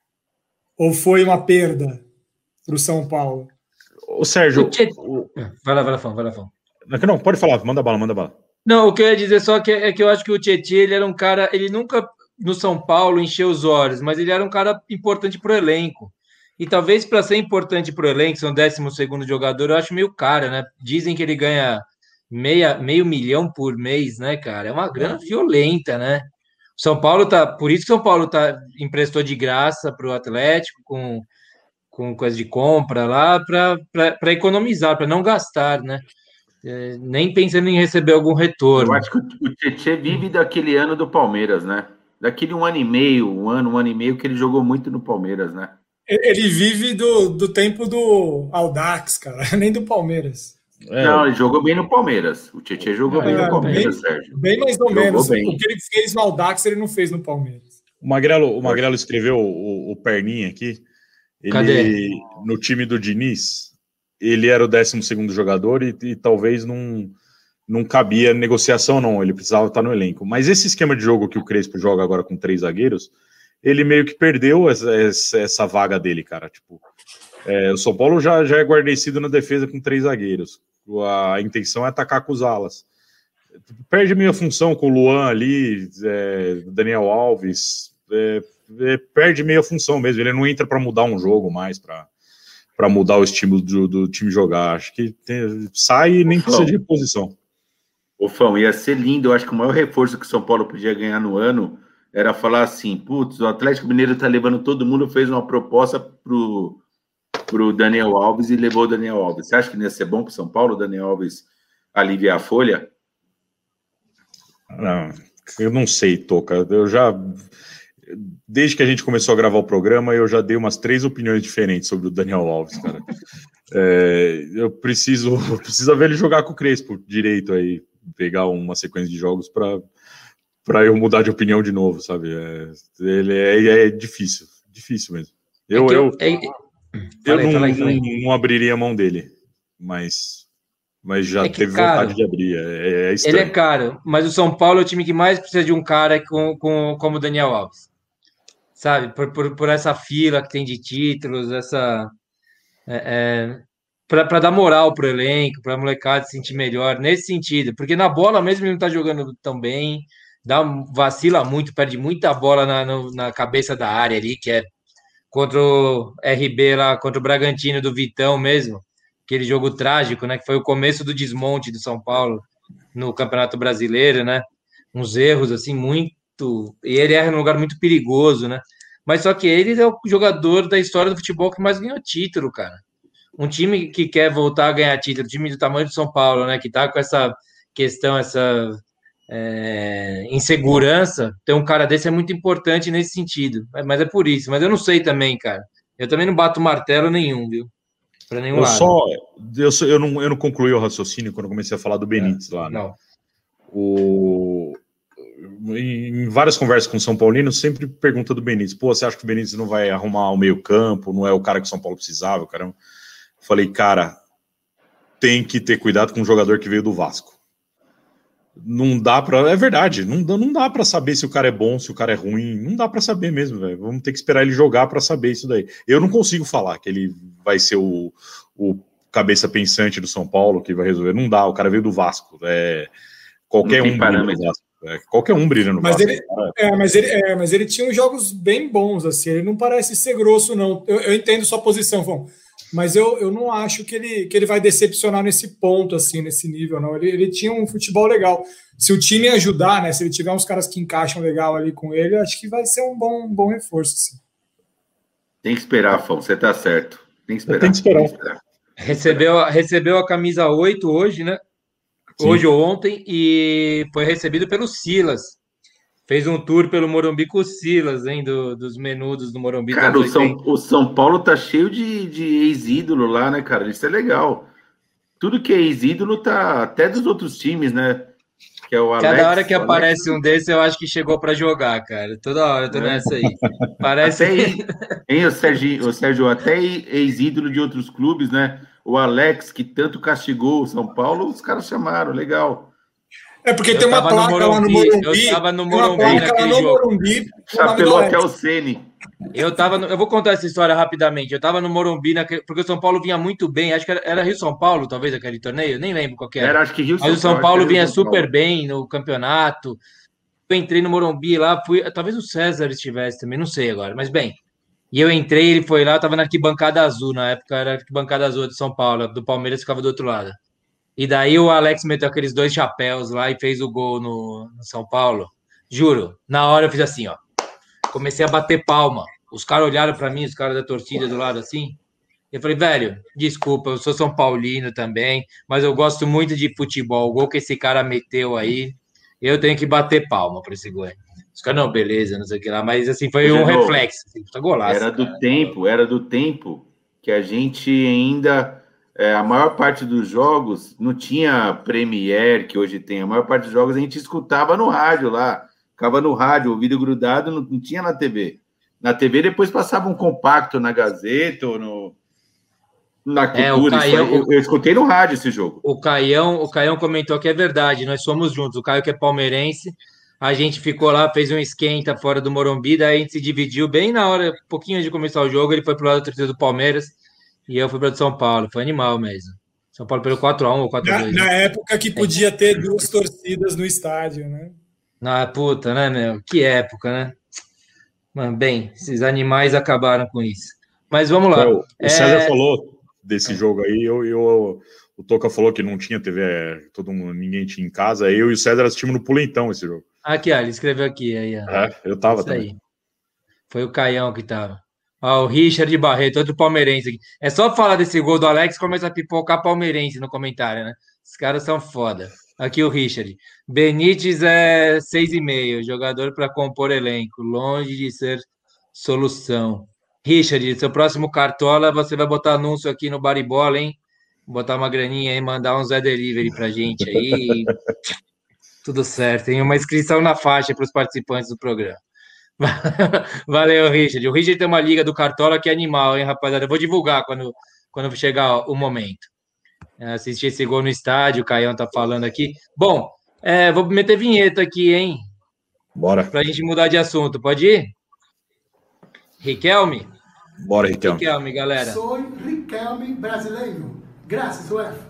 ou foi uma perda para o São Paulo? Ô, Sérgio... O Tietê... Vai lá, vai lá, vai lá, vai lá. Não, pode falar, manda bala, manda bala. Não, o que eu ia dizer só que é que eu acho que o Tietê, ele era um cara... Ele nunca... no São Paulo encheu os olhos, mas ele era um cara importante para o elenco. E talvez para ser importante para o elenco, ser um décimo segundo jogador, eu acho meio caro, né? Dizem que ele ganha meia, meio milhão por mês, né, cara? É uma grana é. violenta, né? O São Paulo tá. Por isso que o São Paulo tá, emprestou de graça para o Atlético, com, com coisa de compra lá, para economizar, para não gastar, né? É, nem pensando em receber algum retorno. Eu acho que o Tietê vive daquele ano do Palmeiras, né? Daquele um ano e meio, um ano, um ano e meio que ele jogou muito no Palmeiras, né? Ele vive do, do tempo do Audax, cara, nem do Palmeiras. É. Não, ele jogou bem no Palmeiras. O Tietê jogou é, bem no Palmeiras, bem, Sérgio. Bem mais ou jogou menos. Bem. O que ele fez no Audax, ele não fez no Palmeiras. O Magrelo, o Magrelo escreveu o, o Perninha aqui. Ele, Cadê? No time do Diniz, ele era o décimo segundo jogador e, e talvez não... não cabia negociação, não, ele precisava estar no elenco. Mas esse esquema de jogo que o Crespo joga agora com três zagueiros, ele meio que perdeu essa, essa vaga dele, cara. Tipo, é, o São Paulo já, já é guarnecido na defesa com três zagueiros. A intenção é atacar com os alas. Perde meio a função com o Luan ali, é, Daniel Alves, é, é, perde meio a função mesmo. Ele não entra para mudar um jogo mais, para para mudar o estímulo do, do time jogar. Acho que tem, sai e nem precisa de reposição. Ô, Fão, ia ser lindo. Eu acho que o maior reforço que o São Paulo podia ganhar no ano era falar assim, putz, o Atlético Mineiro tá levando todo mundo, fez uma proposta pro, pro Daniel Alves e levou o Daniel Alves. Você acha que não ia ser bom pro São Paulo, o Daniel Alves aliviar a folha? Não, eu não sei, Toca. Eu já... Desde que a gente começou a gravar o programa, eu já dei umas três opiniões diferentes sobre o Daniel Alves, cara. É, eu preciso, eu preciso ver ele jogar com o Crespo direito aí, pegar uma sequência de jogos para para eu mudar de opinião de novo, sabe? É, ele é, é difícil, difícil mesmo. Eu, é eu, eu, é... eu falei, não, falei, falei. Não, não abriria a mão dele, mas, mas já é teve caro. Vontade de abrir. É, é ele é caro, mas o São Paulo é o time que mais precisa de um cara com, com, como o Daniel Alves, sabe? Por, por, por essa fila que tem de títulos, essa... É, é, para dar moral pro elenco, para a molecada se sentir melhor, nesse sentido, porque na bola mesmo ele não tá jogando tão bem, dá, vacila muito, perde muita bola na, no, na cabeça da área ali, que é contra o R B lá, contra o Bragantino do Vitão mesmo, aquele jogo trágico, né, que foi o começo do desmonte do São Paulo no Campeonato Brasileiro, né, uns erros assim muito, e ele erra num lugar muito perigoso, né, mas só que ele é o jogador da história do futebol que mais ganhou título, cara. Um time que quer voltar a ganhar título, time do tamanho do São Paulo, né, que tá com essa questão, essa é, insegurança, ter um cara desse é muito importante nesse sentido. Mas é por isso. Mas eu não sei também, cara. Eu também não bato martelo nenhum, viu? Para nenhum eu lado. Só, eu, só, eu, não, eu não concluí o raciocínio quando eu comecei a falar do Benítez é, lá, né? Não. O... Em várias conversas com o São Paulino, sempre pergunta do Benítez. Pô, você acha que o Benítez não vai arrumar o meio campo? Não é o cara que o São Paulo precisava? Caramba. Falei, cara, tem que ter cuidado com um jogador que veio do Vasco. Não dá pra... É verdade, não dá, não dá pra saber se o cara é bom, se o cara é ruim. Não dá pra saber mesmo, velho. Vamos ter que esperar ele jogar pra saber isso daí. Eu não consigo falar que ele vai ser o, o cabeça pensante do São Paulo que vai resolver. Não dá, o cara veio do Vasco. É, qualquer um brilha no Vasco. É, qualquer um brilha no mas Vasco. Ele, é, mas, ele, é, mas ele tinha uns jogos bem bons, assim. Ele não parece ser grosso, não. Eu, eu entendo sua posição, Fão. Mas eu, eu não acho que ele, que ele vai decepcionar nesse ponto, assim, nesse nível, não. Ele, ele tinha um futebol legal. Se o time ajudar, né? Se ele tiver uns caras que encaixam legal ali com ele, acho que vai ser um bom, um bom reforço, assim. Tem que esperar, Fão, você tá certo. Tem que esperar. Tem que esperar. Tem que esperar. Recebeu, recebeu a camisa oito hoje, né? Sim. Hoje ou ontem, e foi recebido pelo Silas. Fez um tour pelo Morumbi com o Silas, hein? Do, dos menudos do Morumbi. Cara, o São, o São Paulo tá cheio de, de ex-ídolo lá, né, cara? Isso é legal. Tudo que é ex-ídolo tá até dos outros times, né? Que é o Alex, Cada hora que Alex... aparece um desses, eu acho que chegou para jogar, cara. Toda hora eu tô é. nessa aí. Parece. Até aí, hein, o Sérgio, o Sérgio, até ex-ídolo de outros clubes, né? O Alex, que tanto castigou o São Paulo, os caras chamaram, legal. É porque eu tem uma placa Morumbi, lá no Morumbi. Eu tava no Morumbi naquele no jogo. Morumbi, chapelou até o Ceni. Eu tava no, eu vou contar essa história rapidamente. Eu tava no Morumbi, naquele, porque o São Paulo vinha muito bem. Acho que era, era Rio-São Paulo, talvez, aquele torneio. Nem lembro qual que era. Era, acho que Rio Mas o São Paulo vinha super bem no campeonato. Eu entrei no Morumbi lá, fui, talvez o César estivesse também, não sei agora, mas bem. E eu entrei, ele foi lá, eu tava na arquibancada azul, na época era a arquibancada azul de São Paulo, do Palmeiras ficava do outro lado. E daí o Alex meteu aqueles dois chapéus lá e fez o gol no, no São Paulo. Juro, na hora eu fiz assim, ó. Comecei a bater palma. Os caras olharam para mim, os caras da torcida do lado assim. Eu falei, velho, desculpa, eu sou São Paulino também, mas eu gosto muito de futebol. O gol que esse cara meteu aí, eu tenho que bater palma para esse gol. Os caras, não, beleza, não sei o que lá. Mas assim, foi um novo, reflexo. Assim, tá golaço, era do cara. tempo, era do tempo que a gente ainda... É, a maior parte dos jogos não tinha Premiere, que hoje tem. A maior parte dos jogos a gente escutava no rádio lá. Ficava no rádio, o vídeo grudado, não, não tinha na T V. Na T V depois passava um compacto na Gazeta ou no, na Cultura. É, o Caião, eu, eu escutei no rádio esse jogo. O Caião, o Caião comentou que é verdade, nós somos juntos. O Caio que é palmeirense, a gente ficou lá, fez um esquenta fora do Morumbi, daí a gente se dividiu bem na hora, um pouquinho de começar o jogo, ele foi pro lado da torcida do Palmeiras. E eu fui para o São Paulo, foi animal mesmo. São Paulo pelo quatro a um ou quatro a dois. Na, na época que podia ter duas torcidas no estádio, né? Na puta, né, meu? Que época, né? Mano, bem, esses animais acabaram com isso. Mas vamos lá. O é... César falou desse é. jogo aí, eu, eu, o Toca falou que não tinha T V, todo mundo, ninguém tinha em casa, eu e o César assistimos no Pulentão esse jogo. Aqui, ó, ele escreveu aqui. Aí, ó. É, eu tava isso também. Aí. Foi o Caião que tava. Ó, o Richard Barreto, outro palmeirense aqui. É só falar desse gol do Alex, começa a pipocar palmeirense no comentário, né? Os caras são foda. Aqui o Richard. Benítez é seis e meio, jogador para compor elenco, longe de ser solução. Richard, seu próximo cartola, você vai botar anúncio aqui no Baribola, hein? Botar uma graninha aí, mandar um Zé Delivery pra gente aí. Tudo certo, tem uma inscrição na faixa para os participantes do programa. Valeu, Richard. O Richard tem uma liga do Cartola que é animal, hein, rapaziada? Eu vou divulgar quando, quando chegar o momento. Assistir esse gol no estádio, o Caião tá falando aqui. Bom, é, vou meter vinheta aqui, hein? Bora. Pra gente mudar de assunto. Pode ir? Riquelme? Bora, Riquelme. Riquelme, galera. Sou Riquelme brasileiro. Graças, UEFA.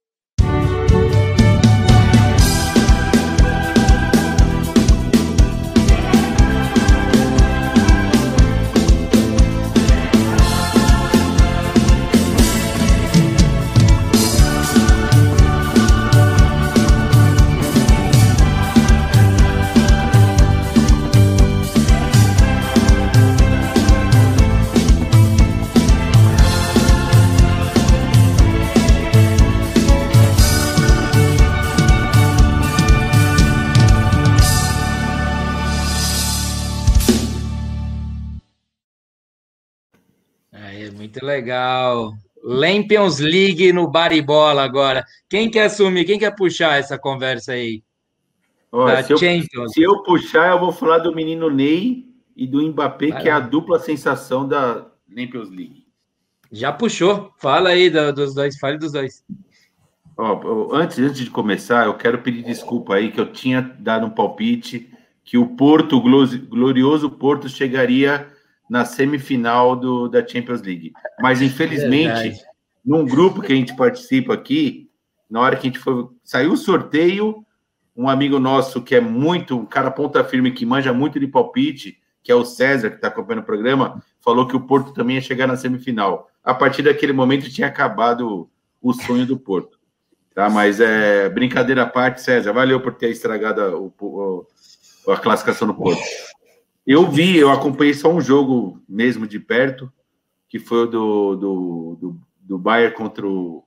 Muito legal. Champions League no Baribola agora. Quem quer assumir? Quem quer puxar essa conversa aí? Olha, se, eu, se eu puxar, eu vou falar do menino Ney e do Mbappé, Vai que lá. é a dupla sensação da Champions League. Já puxou. Fala aí dos dois. Fale dos dois. Ó, antes, antes de começar, eu quero pedir desculpa aí, que eu tinha dado um palpite que o Porto, o glorioso Porto, chegaria na semifinal do, da Champions League. Mas, infelizmente, num grupo que a gente participa aqui, na hora que a gente foi, saiu o sorteio, um amigo nosso que é muito, um cara ponta firme, que manja muito de palpite, que é o César, que está acompanhando o programa, falou que o Porto também ia chegar na semifinal. A partir daquele momento tinha acabado o sonho do Porto. Tá? Mas é brincadeira à parte, César, valeu por ter estragado a, o, a classificação do Porto. Eu vi, eu acompanhei só um jogo mesmo de perto, que foi o do, do, do, do Bayern contra o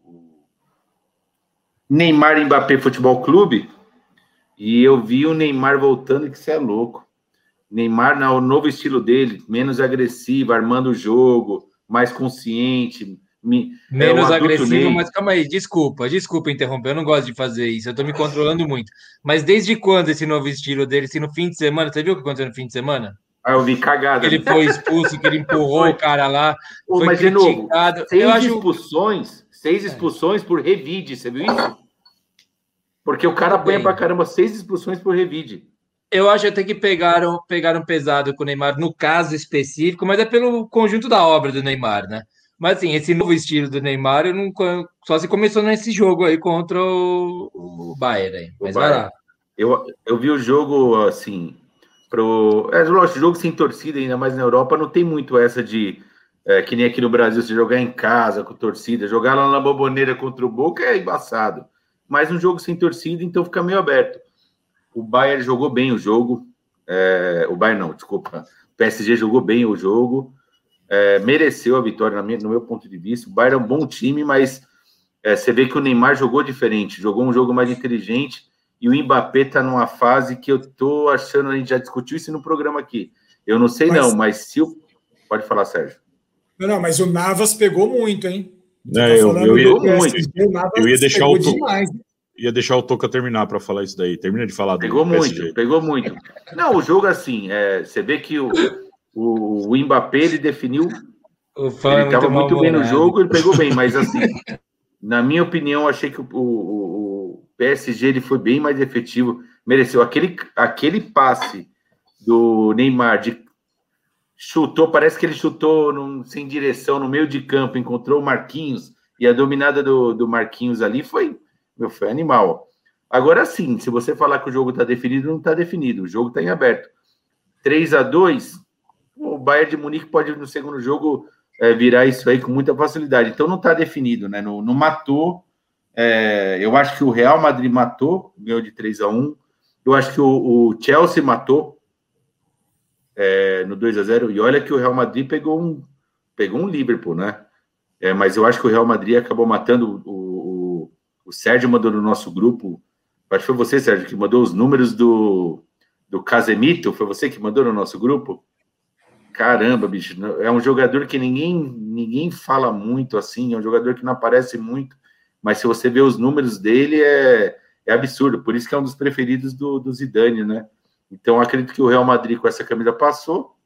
Neymar e Mbappé Futebol Clube, e eu vi o Neymar voltando, que isso é louco. Neymar, no novo estilo dele, menos agressivo, armando o jogo, mais consciente. Me, menos é um agressivo, Ney. Mas calma aí, desculpa, desculpa interromper, eu não gosto de fazer isso, eu tô me controlando muito. Mas desde quando esse novo estilo dele? Se no fim de semana, você viu o que aconteceu no fim de semana? Ah, eu vi cagada. Que ele foi expulso, que ele empurrou foi. o cara lá, Pô, foi mas criticado. De novo, seis eu acho... expulsões, seis expulsões é. por revide, você viu isso? Porque o cara apanha pra caramba, seis expulsões por revide. Eu acho até que pegaram, pegaram pesado com o Neymar no caso específico, mas é pelo conjunto da obra do Neymar, né? Mas assim, esse novo estilo do Neymar, eu não, só se começou nesse jogo aí contra o, o Bayern. Aí. Mas o vai Bayern. lá. Eu, eu vi o jogo assim, pro. É lógico, jogo sem torcida, ainda mais na Europa, não tem muito essa de é, que nem aqui no Brasil, se jogar em casa com torcida, jogar lá na Boboneira contra o Boca é embaçado. Mas um jogo sem torcida, então fica meio aberto. O Bayern jogou bem o jogo. É, o Bayern não, desculpa. O P S G jogou bem o jogo. É, mereceu a vitória, no meu ponto de vista. O Bayern é um bom time, mas é, você vê que o Neymar jogou diferente, jogou um jogo mais inteligente, e o Mbappé está numa fase que eu tô achando, a gente já discutiu isso no programa aqui. Eu não sei mas... não, mas se o... Pode falar, Sérgio. Não, não, mas o Navas pegou muito, hein? Não, tá eu, eu, ia, muito. eu ia deixar o demais. Ia deixar o Toca terminar para falar isso daí. Termina de falar do Pegou P S G. muito, pegou muito. Não, o jogo assim, é, você vê que o, o, o Mbappé, ele definiu, o ele estava muito, muito bem no jogo, ele pegou bem, mas assim, na minha opinião, achei que o, o, o P S G ele foi bem mais efetivo, mereceu aquele, aquele passe do Neymar, de, chutou, parece que ele chutou num, sem direção, no meio de campo, encontrou o Marquinhos, e a dominada do, do Marquinhos ali foi... Meu, foi animal. Agora sim, se você falar que o jogo está definido, não está definido. O jogo está em aberto. três a dois, o Bayern de Munique pode, no segundo jogo, é, virar isso aí com muita facilidade. Então não está definido, né? Não, não matou. É, eu acho que o Real Madrid matou, ganhou de três a um. Eu acho que o, o Chelsea matou é, no dois a zero. E olha que o Real Madrid pegou um, pegou um Liverpool, né? É, mas eu acho que o Real Madrid acabou matando o O Sérgio mandou no nosso grupo, acho que foi você, Sérgio, que mandou os números do, do Casemiro, foi você que mandou no nosso grupo? Caramba, bicho, é um jogador que ninguém, ninguém fala muito assim, é um jogador que não aparece muito, mas se você vê os números dele, é, é absurdo, por isso que é um dos preferidos do, do Zidane, né? Então, acredito que o Real Madrid com essa camisa passou,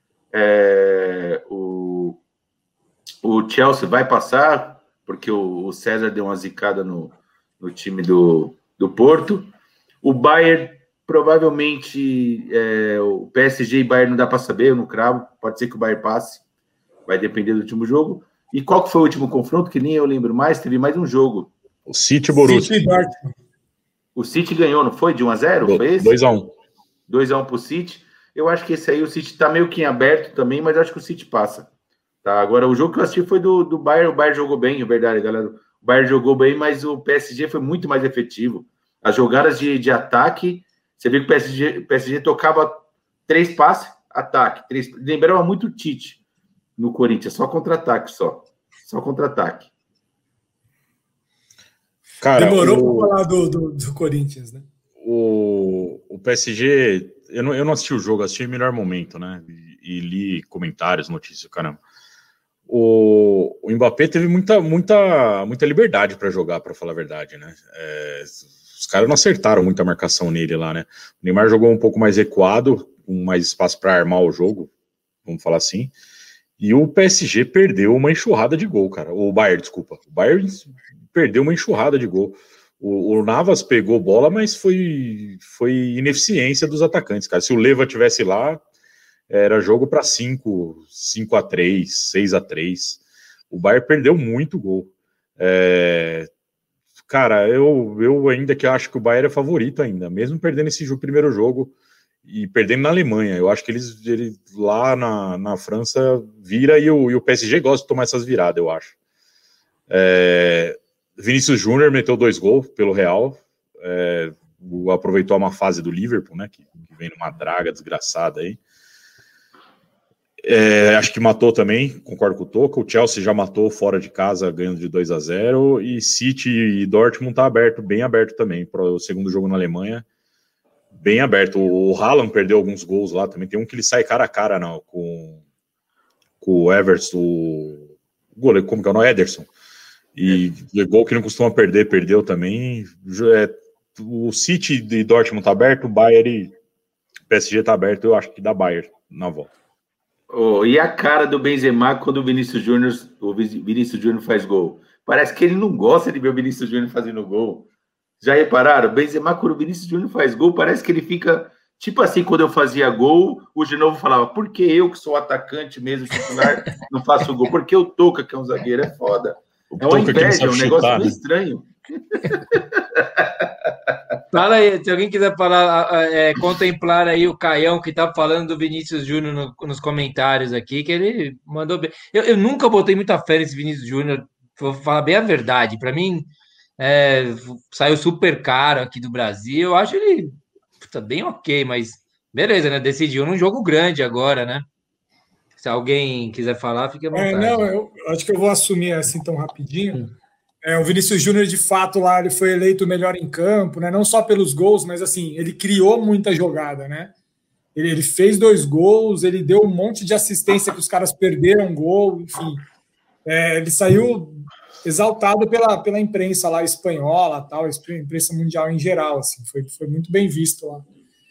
é, o, o Chelsea vai passar, porque o, o César deu uma zicada no, no time do, do Porto. O Bayern, provavelmente, é, o P S G e Bayern não dá para saber, eu não cravo. Pode ser que o Bayern passe, vai depender do último jogo. E qual que foi o último confronto? Que nem eu lembro mais, teve mais um jogo. O City e Borussia. City, o City ganhou, não foi? De um a zero? Do, foi esse? dois a um. dois a um para o City. Eu acho que esse aí, o City está meio que em aberto também, mas eu acho que o City passa. Tá, agora, o jogo que eu assisti foi do, do Bayern, o Bayern jogou bem, é verdade, galera. O Bayern jogou bem, mas o P S G foi muito mais efetivo. As jogadas de, de ataque, você viu que o P S G, o P S G tocava três passes, ataque. Três, lembrava muito o Tite no Corinthians, só contra-ataque, só. Só contra-ataque. Cara, demorou o... para falar do, do, do Corinthians, né? O, o P S G, eu não, eu não assisti o jogo, assisti o melhor momento, né? E, e li comentários, notícias, caramba. O, o Mbappé teve muita, muita, muita liberdade para jogar, para falar a verdade, né? É, os caras não acertaram muita marcação nele lá, né? O Neymar jogou um pouco mais recuado, com mais espaço para armar o jogo, vamos falar assim. E o P S G perdeu uma enxurrada de gol, cara. O Bayern, desculpa. O Bayern perdeu uma enxurrada de gol. O, o Navas pegou bola, mas foi, foi ineficiência dos atacantes, cara. Se o Leva tivesse lá, era jogo para cinco, cinco a três, seis a três. O Bayern perdeu muito gol. É, cara, eu, eu ainda que acho que o Bayern é favorito ainda, mesmo perdendo esse jogo, primeiro jogo e perdendo na Alemanha. Eu acho que eles, eles lá na, na França vira e o, e o P S G gosta de tomar essas viradas, eu acho. É, Vinícius Júnior meteu dois gols pelo Real, é, aproveitou uma fase do Liverpool, né, que, que vem numa draga desgraçada aí. É, acho que matou também, concordo com o Toca. O Chelsea já matou fora de casa, ganhando de dois a zero, e City e Dortmund tá aberto, bem aberto também, para o segundo jogo na Alemanha, bem aberto. O Haaland perdeu alguns gols lá também, tem um que ele sai cara a cara não, com, com o Everton, o goleiro, como que é o nome? Ederson, e é. Gol que não costuma perder, perdeu também. É, o City e Dortmund tá aberto, o Bayern e o P S G tá aberto, eu acho que dá Bayern na volta. Oh, e a cara do Benzema quando o Vinícius Júnior o Vinícius Júnior faz gol? Parece que ele não gosta de ver o Vinícius Júnior fazendo gol. Já repararam? O Benzema, quando o Vinícius Júnior faz gol, parece que ele fica... Tipo assim, quando eu fazia gol, o Genovo falava, por que eu, que sou atacante mesmo, titular, não faço gol? Porque o Toca, que é um zagueiro, é foda. É uma inveja, é um negócio chutar, meio né? estranho. Fala aí, se alguém quiser falar, é, contemplar aí o Caião, que tá falando do Vinícius Júnior no, nos comentários aqui, que ele mandou bem. Eu, eu nunca botei muita fé nesse Vinícius Júnior, vou falar bem a verdade. Para mim, é, saiu super caro aqui do Brasil. Eu acho ele puta, bem ok, mas beleza, né? Decidiu num jogo grande agora, né? Se alguém quiser falar, fique à vontade. É, não, eu acho que eu vou assumir assim tão rapidinho. Hum. É, o Vinícius Júnior, de fato, lá ele foi eleito o melhor em campo, né? Não só pelos gols, mas assim, ele criou muita jogada, né? Ele, ele fez dois gols, ele deu um monte de assistência que os caras perderam gol, enfim. É, ele saiu exaltado pela, pela imprensa lá espanhola, tal, a imprensa mundial em geral, assim, foi, foi muito bem visto lá.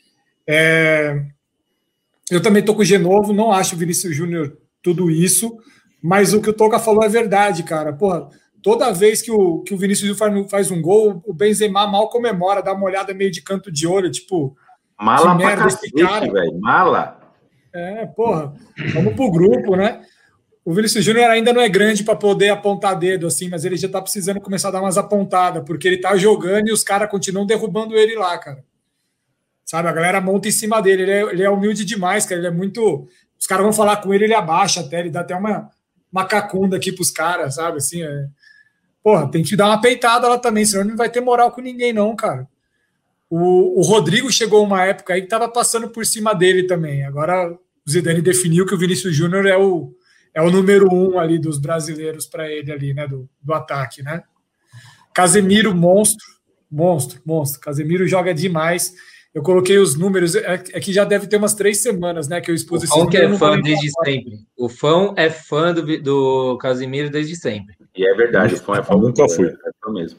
É, eu também tô com o Genovo, não acho o Vinícius Júnior tudo isso, mas o que o Toca falou é verdade, cara. Porra, toda vez que o, que o Vinícius faz, faz um gol, o Benzema mal comemora, dá uma olhada meio de canto de olho, tipo... Mala pra cacete, velho, mala. É, porra, vamos pro grupo, né? O Vinícius Júnior ainda não é grande para poder apontar dedo, assim, mas ele já tá precisando começar a dar umas apontadas, porque ele tá jogando e os caras continuam derrubando ele lá, cara. Sabe, a galera monta em cima dele, ele é, ele é humilde demais, cara, ele é muito... Os caras vão falar com ele, ele abaixa até, ele dá até uma, uma cacunda aqui pros caras, sabe, assim, é... Porra, tem que dar uma peitada lá também, senão não vai ter moral com ninguém, não, cara. O, o Rodrigo chegou uma época aí que tava passando por cima dele também. Agora o Zidane definiu que o Vinícius Júnior é o, é o número um ali dos brasileiros para ele ali, né, do, do ataque, né? Casemiro, monstro, monstro, monstro. Casemiro joga demais. Eu coloquei os números, é, é que já deve ter umas três semanas, né, que eu expus esse número. O Fão que é fã desde sempre. O Fão é fã do, do Casemiro desde sempre. E é verdade, o Fão é fã. Nunca fui. É fã mesmo.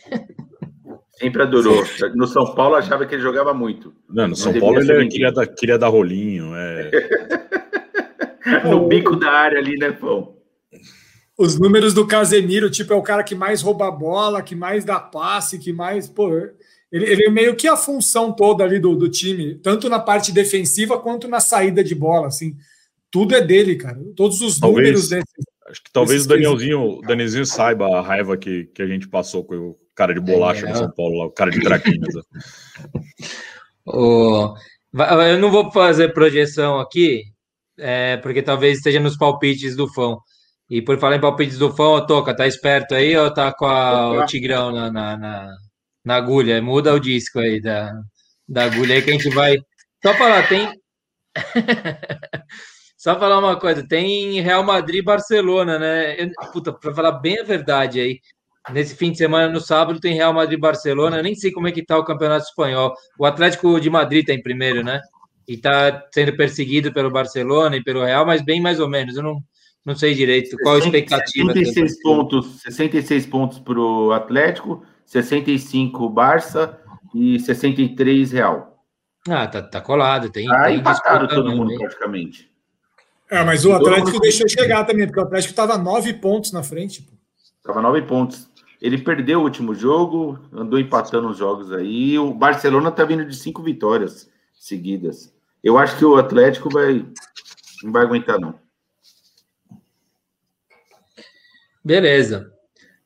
Sempre adorou. No São Paulo achava que ele jogava muito. Não, no São Paulo ele queria dar, queria dar rolinho. É... no bico da área ali, né, Fão? Os números do Casemiro, tipo, é o cara que mais rouba a bola, que mais dá passe, que mais... Pô, ele, ele é meio que a função toda ali do, do time, tanto na parte defensiva quanto na saída de bola, assim. Tudo é dele, cara. Todos os talvez, números desses... Acho que talvez o Danielzinho, Danielzinho saiba a raiva que, que a gente passou com o cara de bolacha é, no São Paulo, lá, o cara de traquinas. o... Eu não vou fazer projeção aqui, é, porque talvez esteja nos palpites do Fão. E por falar em palpites do Fão, ô Toca, tá esperto aí ou tá com a, o Tigrão na, na, na, na agulha? Muda o disco aí da, da agulha aí que a gente vai... Só falar, tem... Só falar uma coisa, tem Real Madrid e Barcelona, né? Eu, puta, pra falar bem a verdade aí, nesse fim de semana, no sábado, tem Real Madrid e Barcelona, eu nem sei como é que tá o Campeonato Espanhol. O Atlético de Madrid tá em primeiro, né? E tá sendo perseguido pelo Barcelona e pelo Real, mas bem mais ou menos, eu não, não sei direito qual a expectativa. sessenta e seis pontos, sessenta e seis pontos pro Atlético, sessenta e cinco Barça e sessenta e três Real. Ah, tá, tá colado, tem, ah, tem empatado todo mundo aí. Praticamente. É, mas o Atlético deixou chegar também, porque o Atlético estava nove pontos na frente. Estava nove pontos. Ele perdeu o último jogo, andou empatando os jogos aí. O Barcelona está vindo de cinco vitórias seguidas. Eu acho que o Atlético vai não vai aguentar, não. Beleza.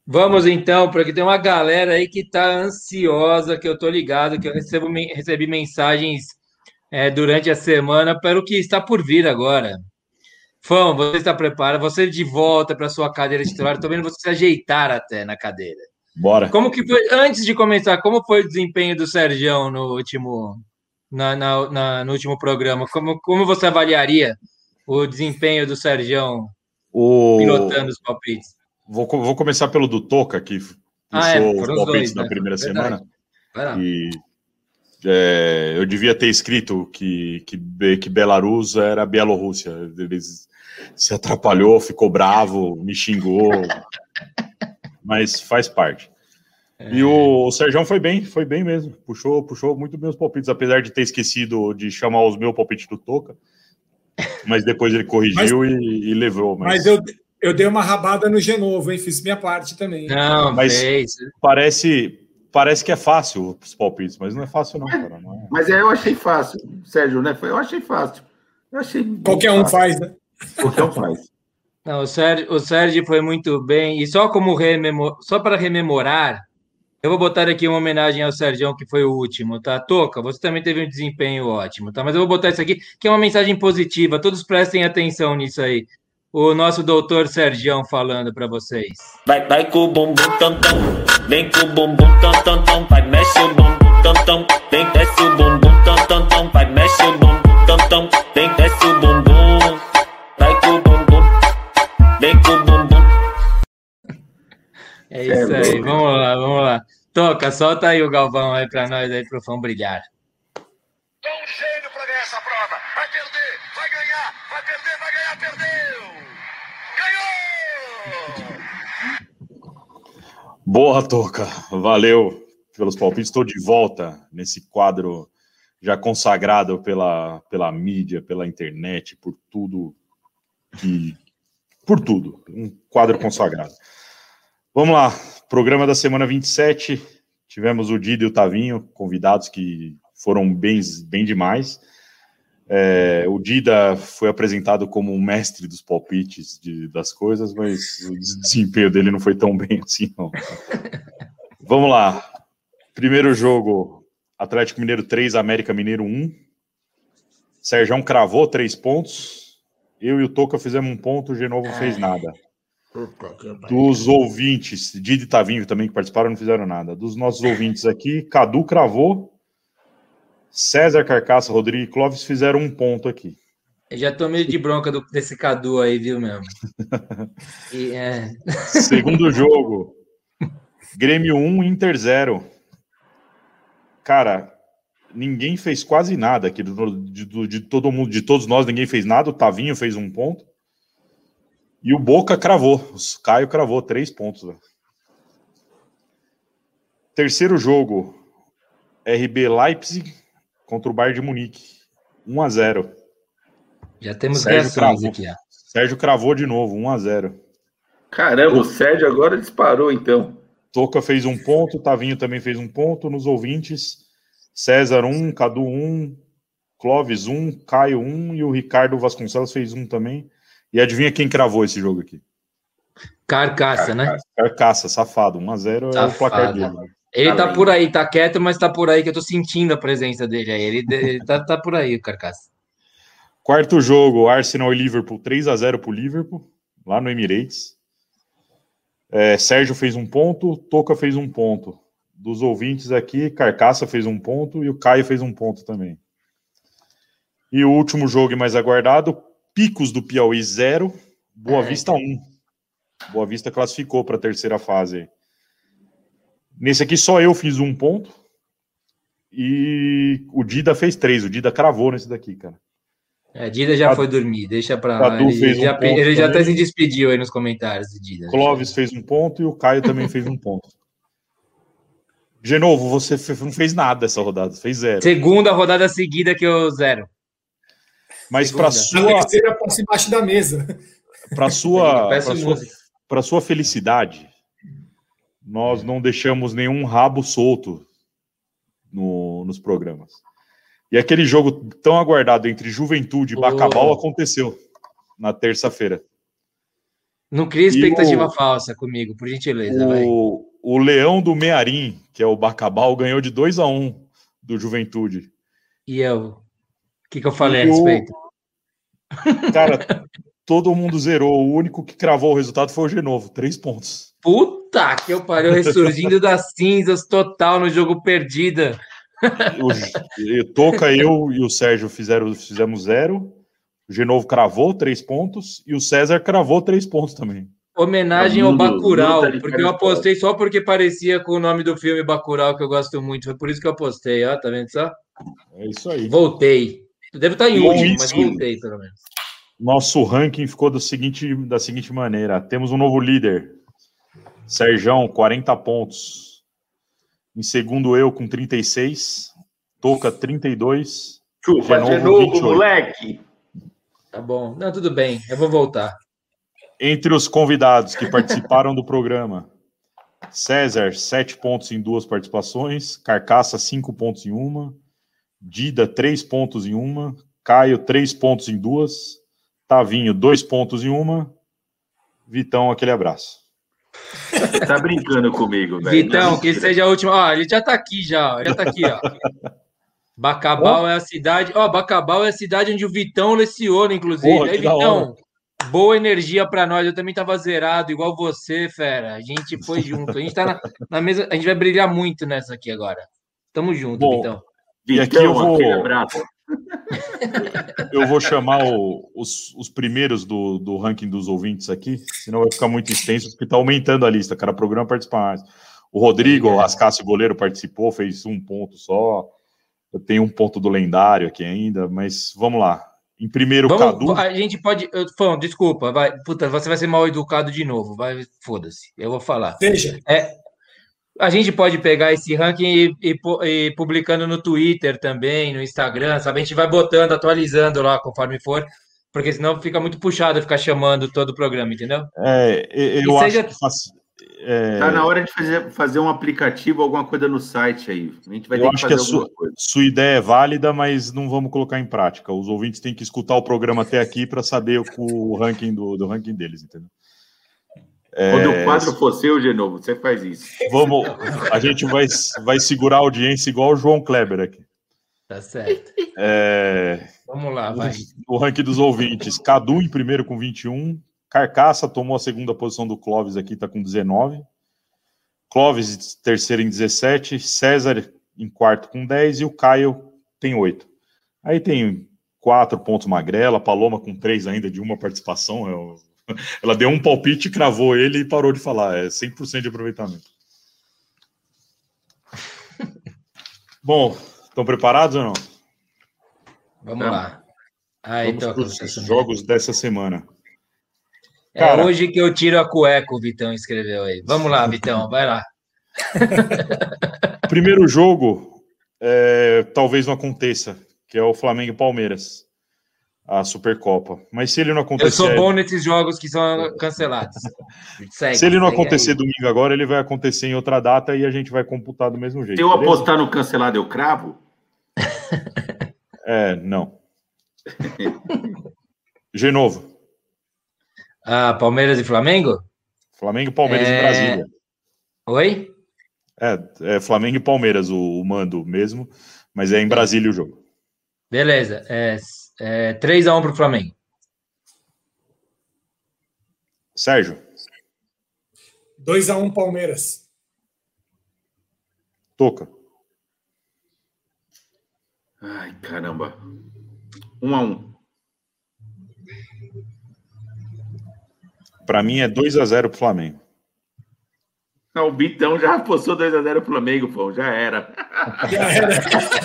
Vamos então, porque tem uma galera aí que está ansiosa, que eu tô ligado, que eu recebo, recebi mensagens é, durante a semana para o que está por vir agora. Fão, você está preparado? Você de volta para sua cadeira titular? Estou vendo você se ajeitar até na cadeira. Bora. Como que foi, antes de começar, como foi o desempenho do Sergião no último, na, na, na, no último programa? Como, como você avaliaria o desempenho do Sergião o... pilotando os palpites? Vou, vou começar pelo do Toca, que puxou ah, é, os palpites dois, na né? primeira Verdade. semana. E é, eu devia ter escrito que, que, que Belarus era Bielorrússia. Ele se atrapalhou, ficou bravo, me xingou, mas faz parte. É. E o, o Sergião foi bem, foi bem mesmo. Puxou, puxou muito meus palpites, apesar de ter esquecido de chamar os meus palpites do Toca. Mas depois ele corrigiu mas, e, e levou. Mas, mas eu, eu dei uma rabada no Genovo, hein? Fiz minha parte também. Não, mas fez. Parece, parece que é fácil os palpites, mas não é fácil não, cara. Não é... Mas é, eu achei fácil, Sérgio, né? Eu achei fácil. Eu achei Qualquer um fácil. faz, né? Qualquer um faz. Não, o Sérgio, o Sérgio foi muito bem. E só como rememor... só para rememorar, eu vou botar aqui uma homenagem ao Sergião, que foi o último, tá? Toca, você também teve um desempenho ótimo, tá? Mas eu vou botar isso aqui, que é uma mensagem positiva. Todos prestem atenção nisso aí. O nosso doutor Sergião falando para vocês. Vai, vai com o bumbum tam tam, vem com o bumbum tam tam tam, vai mexe o bumbum tam tam, vem desce o bumbum tam tam tam, vai mexe o bumbum tam tam, vem desce o bumbum, vai com o bumbum, vem com o bumbum. É isso é aí, bom. Vamos lá, vamos lá. Toca, solta aí o Galvão aí para nós aí pro Fão brilhar. Tô um gênio para ganhar essa prova. Vai perder, vai ganhar, vai perder, vai ganhar, perdeu. Ganhou! Boa, Toca. Valeu pelos palpites. Estou de volta nesse quadro já consagrado pela, pela mídia, pela internet, por tudo que... Por tudo. Um quadro consagrado. Vamos lá. Programa da semana vinte e sete. Tivemos o Dida e o Tavinho, convidados que foram bem, bem demais. É, o Dida foi apresentado como um mestre dos palpites de, das coisas, mas o desempenho dele não foi tão bem assim, não. Vamos lá. Primeiro jogo, Atlético Mineiro três, América Mineiro um. Sergião cravou três pontos. Eu e o Toca fizemos um ponto, o Genovo não fez nada. Dos ouvintes, Dida e Tavinho também que participaram, não fizeram nada. Dos nossos ouvintes aqui, Cadu cravou. César, Carcaça, Rodrigo e Clóvis fizeram um ponto aqui. Eu já tô meio de bronca do, desse Cadu aí, viu, mesmo? E, é... Segundo jogo, Grêmio um, Inter zero. Cara, ninguém fez quase nada aqui. De, de, de todo mundo, de todos nós, ninguém fez nada. O Tavinho fez um ponto. E o Boca cravou. O Caio cravou três pontos. Véio. Terceiro jogo, R B Leipzig contra o Bayern de Munique. um a zero. Já temos reações aqui. Ó. Sérgio cravou de novo, um a zero. Caramba, o Sérgio agora disparou, então. Toca fez um ponto, Tavinho também fez um ponto. Nos ouvintes, César um, Cadu um, Clóvis um, Caio um e o Ricardo Vasconcelos fez um também. E adivinha quem cravou esse jogo aqui? Carcaça, Carcaça. né? Carcaça, safado. um a zero é o placar dele. Ele tá por aí, tá quieto, mas tá por aí que eu tô sentindo a presença dele aí. Ele, ele tá, tá por aí, o Carcaça. Quarto jogo, Arsenal e Liverpool, três a zero pro Liverpool, lá no Emirates. É, Sérgio fez um ponto, Toca fez um ponto. Dos ouvintes aqui, Carcaça fez um ponto e o Caio fez um ponto também. E o último jogo mais aguardado, Picos do Piauí zero, Boa Vista um. Boa Vista classificou para a terceira fase. Nesse aqui só eu fiz um ponto e o Dida fez três. O Dida cravou nesse daqui, cara. É, Dida já Cadu, foi dormir, deixa para lá. Ele, fez um já, ponto ele já também. até se despediu aí nos comentários, Dida. Clóvis fez um ponto e o Caio também fez um ponto. De novo, você não fez nada essa rodada, fez zero. Segunda rodada seguida que eu zero. Mas para sua... A terceira passa embaixo da mesa. Para sua, pra sua, pra sua felicidade, nós não deixamos nenhum rabo solto no, nos programas. E aquele jogo tão aguardado entre Juventude e Bacabal oh. aconteceu na terça-feira. Não cria expectativa o, falsa comigo, por gentileza, vai. O, o Leão do Mearim, que é o Bacabal, ganhou de dois a um do Juventude. E eu? O que, que eu falei E a respeito? O... Cara, todo mundo zerou. O único que cravou o resultado foi o Genovo, três pontos. Puta que eu pariu, ressurgindo das cinzas total no jogo perdido. O Toca, eu e o Sérgio fizeram, fizemos zero. O Genovo cravou três pontos e o César cravou três pontos também. Homenagem ao Bacurau, porque eu apostei só porque parecia com o nome do filme Bacurau, que eu gosto muito. Foi por isso que eu apostei, ó, tá vendo só? É isso aí. Voltei. Deve estar em Bom, último, isso, mas voltei, pelo menos. Nosso ranking ficou do seguinte, da seguinte maneira. Temos um novo líder. Serjão, quarenta pontos. Em segundo, eu, com trinta e seis. Toca, trinta e dois. Chupa, Genovo, moleque! Tá bom. Não, tudo bem. Eu vou voltar. Entre os convidados que participaram do programa, César, sete pontos em duas participações. Carcaça, cinco pontos em uma. Dida, três pontos em uma. Caio, três pontos em duas. Tavinho, dois pontos em uma. Vitão, aquele abraço. Você tá brincando comigo, velho. Vitão, não, que seja a última. Ó, ele já tá aqui, já. Ó. Ele já tá aqui, ó. Bacabal oh. é a cidade. Ó, Bacabal é a cidade onde o Vitão leciona, inclusive. Porra, aí, Vitão, boa energia pra nós. Eu também tava zerado, igual você, fera. A gente foi junto. A gente tá na, na mesa. A gente vai brilhar muito nessa aqui agora. Tamo junto, Bom, Vitão. E aqui eu vou. Eu vou chamar o, os, os primeiros do, do ranking dos ouvintes aqui, senão vai ficar muito extenso, porque tá aumentando a lista, cara. O programa participa mais. O Rodrigo, o Ascácio Goleiro, participou, fez um ponto só. Eu tenho um ponto do lendário aqui ainda, mas vamos lá. Em primeiro, vamos, Cadu. A gente pode. Fã, desculpa, vai. Puta, você vai ser mal educado de novo. Vai, foda-se. Eu vou falar. Seja. É. A gente pode pegar esse ranking e, e, e publicando no Twitter também, no Instagram, sabe? A gente vai botando, atualizando lá conforme for, porque senão fica muito puxado ficar chamando todo o programa, entendeu? É, eu e acho seja... que faz, é... Tá na hora de fazer, fazer um aplicativo, alguma coisa no site aí. A gente vai eu ter acho que fazer que a alguma sua, coisa. Sua ideia é válida, mas não vamos colocar em prática. Os ouvintes têm que escutar o programa até aqui para saber o, o ranking do, do ranking deles, entendeu? Quando É... o quadro for seu, Genovo, você faz isso. Vamos, a gente vai, vai segurar a audiência igual o João Kleber aqui. Tá certo. É... Vamos lá, vai. O, o ranking dos ouvintes. Cadu em primeiro com vinte e um. Carcaça tomou a segunda posição do Clóvis aqui, tá com dezenove. Clóvis terceiro em dezessete. César em quarto com dez. E o Caio tem oito. Aí tem quatro pontos Magrela. Paloma com três ainda de uma participação. É o... Ela deu um palpite, cravou ele e parou de falar. É cem por cento de aproveitamento. Bom, estão preparados ou não? Vamos não. lá. Aí, Vamos para os jogos dessa semana. É Cara, hoje que eu tiro a cueca, o Vitão escreveu aí. Vamos lá, Vitão, vai lá. Primeiro jogo, é, talvez não aconteça, que é o Flamengo e Palmeiras. A Supercopa. Mas se ele não acontecer... Eu sou bom nesses jogos que são cancelados. Segue, se ele não acontecer aí. Domingo agora, ele vai acontecer em outra data e a gente vai computar do mesmo jeito. Se eu beleza? apostar no cancelado, eu cravo? É, não. Genovo. Ah, Palmeiras e Flamengo? Flamengo e Palmeiras é... em Brasília. Oi? É, é Flamengo e Palmeiras o, o mando mesmo, mas é em Brasília o jogo. Beleza. É... É, três a um para o Flamengo. Sérgio. dois a um Palmeiras. Toca. Ai, caramba. um a um. Para mim é dois a zero para o Flamengo. Não, o Bitão já apostou dois a zero para o Flamengo, pô. Já era. Já era.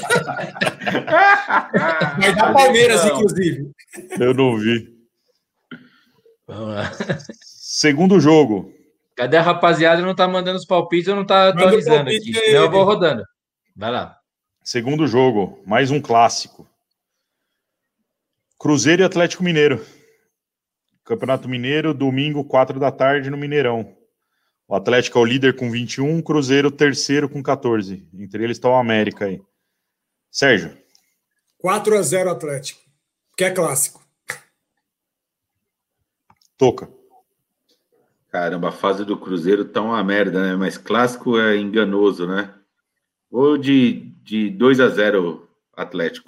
Vai dar Palmeiras, inclusive. Eu não vi. Vamos lá. Segundo jogo. Cadê a rapaziada? Não tá mandando os palpites, eu não tá atualizando aqui. Senão eu vou rodando. Vai lá. Segundo jogo, mais um clássico. Cruzeiro e Atlético Mineiro. Campeonato Mineiro, domingo, quatro da tarde, no Mineirão. O Atlético é o líder com vinte e um, Cruzeiro terceiro com quatorze. Entre eles está o América aí. Sérgio. quatro a zero Atlético, que é clássico. Toca. Caramba, a fase do Cruzeiro tá uma merda, né? Mas clássico é enganoso, né? Ou de, de dois a zero Atlético.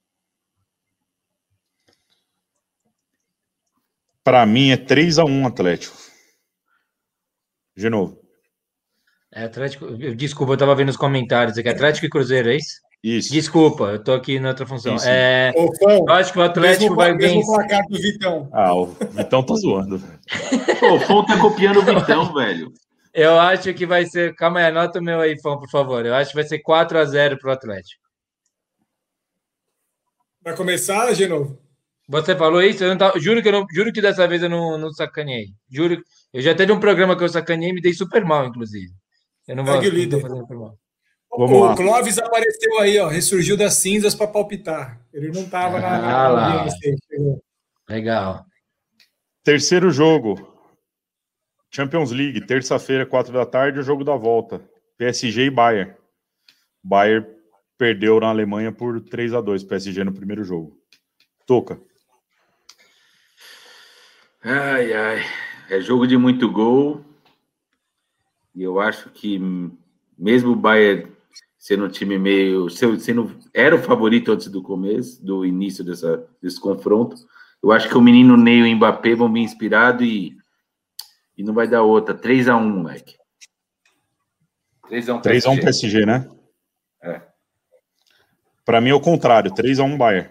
Para mim é três a um Atlético. De novo. É Atlético. Desculpa, eu tava vendo os comentários aqui. Atlético e Cruzeiro, é isso? Isso. Desculpa, eu tô aqui na outra função. Isso. É, Ô, Fão, eu acho que o Atlético mesmo, vai mesmo vencer. placar do Vitão. Ah, o Vitão tá zoando. Pô, o Fon tá copiando o Vitão, velho. Eu acho que vai ser. Calma aí, anota o meu aí, Fão, por favor. Eu acho que vai ser quatro a zero pro Atlético. Vai começar, de novo? Você falou isso? Eu não tava- juro que eu não, juro que dessa vez eu não, não sacaneei. Juro. Eu já teve um programa que eu sacaneei e me dei super mal, inclusive. Eu não vou, Segue o não tô líder. fazendo super mal. Vamos o lá. Clóvis apareceu aí, ó, ressurgiu das cinzas para palpitar. Ele não estava na, na Ah, lá. audiência. Chegou. Legal. Terceiro jogo. Champions League, terça-feira, quatro da tarde, o jogo da volta. P S G e Bayern. Bayern perdeu na Alemanha por três a dois, P S G no primeiro jogo. Toca. Ai, ai. É jogo de muito gol. E eu acho que mesmo o Bayern sendo um time meio... sendo, era o favorito antes do começo, do início dessa, desse confronto. Eu acho que o menino Ney e o Mbappé vão vir inspirado e, e não vai dar outra. três a um, moleque. três a um três a um P S G, né? É. Pra mim é o contrário, três a um Bayern.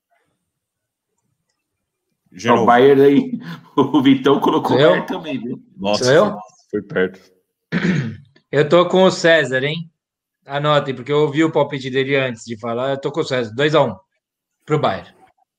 De Só o novo. Bayern aí. O Vitão colocou o Eu? Bayern também, viu? Nossa, Sou eu? foi, foi perto. Eu tô com o César, hein? Anotem, porque eu ouvi o palpite dele antes de falar. Eu tô com o César. dois a um pro Bayern.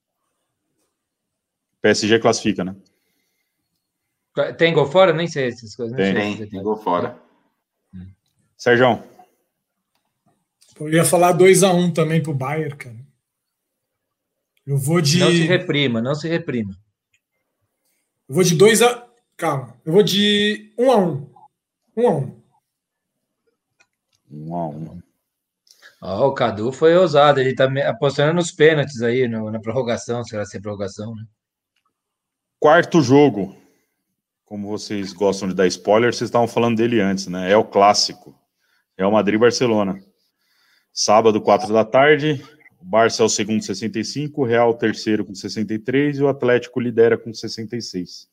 P S G classifica, né? Tem gol fora? Nem sei essas coisas. nem Tem. sei Tem, esses tem detalhes. gol fora. Sérgio, Eu ia falar dois a um também pro Bayern, cara. Eu vou de. Não se reprima, não se reprima. Eu vou de dois a. Calma. Eu vou de um a um. um a um. um a um. Ó, o Cadu foi ousado. Ele tá me- apostando nos pênaltis aí, no- na prorrogação. Será ser prorrogação, né? Quarto jogo. Como vocês gostam de dar spoiler, vocês estavam falando dele antes, né? É o clássico. Real Madrid e Barcelona. Sábado, quatro da tarde. O Barça é o segundo, sessenta e cinco. O Real, terceiro, com sessenta e três. E o Atlético lidera com sessenta e seis.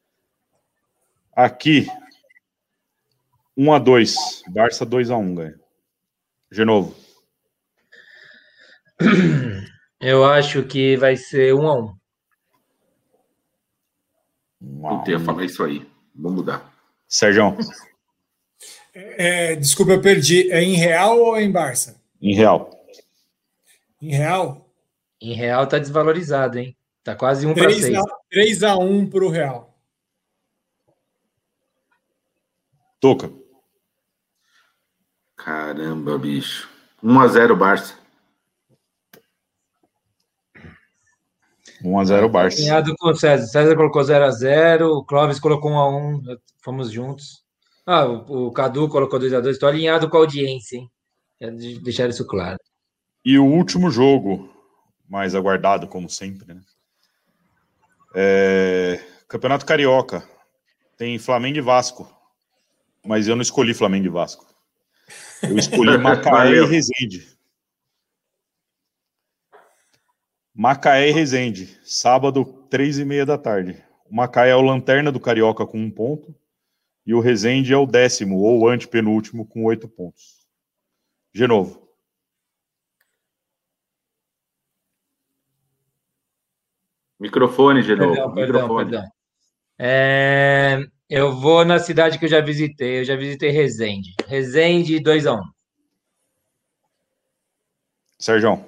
Aqui, um a dois. Barça dois a um, ganha. De novo. Eu acho que vai ser um a um. um a Não ia um. falar isso aí. Vou mudar. Sérgio, É, desculpa, eu perdi. É em real ou é em Barça? em real. Em real? Em real tá desvalorizado, hein? Tá quase um para seis. três a um pro Real. Toca. Caramba, bicho. um a zero Barça. um a zero Barça. Alinhado com o César. César colocou zero a zero, o Clóvis colocou um a um, fomos juntos. Ah, o, o Cadu colocou dois a dois. Estou alinhado com a audiência, hein? Quero de- deixar isso claro. E o último jogo, mais aguardado, como sempre, né? É... Campeonato Carioca. Tem Flamengo e Vasco. Mas eu não escolhi Flamengo e Vasco. Eu escolhi Macaé Valeu. e Resende. Macaé e Resende. Sábado, três e meia da tarde. O Macaé é o lanterna do Carioca com um ponto. E o Resende é o décimo, ou antepenúltimo, com oito pontos. De novo. Microfone de novo. Perdão, perdão, Microfone. perdão. É, eu vou na cidade que eu já visitei. Eu já visitei Resende. Resende dois a um. Sérgio.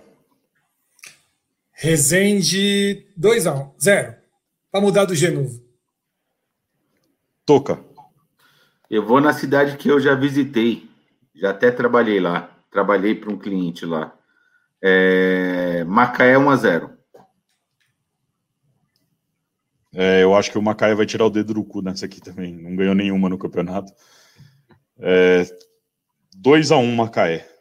Resende dois a um. zero. Para mudar do G novo. Toca. Eu vou na cidade que eu já visitei. Já até trabalhei lá. Trabalhei para um cliente lá. É... Macaé um a zero. É, eu acho que o Macaé vai tirar o dedo do cu nessa aqui também. Não ganhou nenhuma no campeonato. É, dois a um Macaé.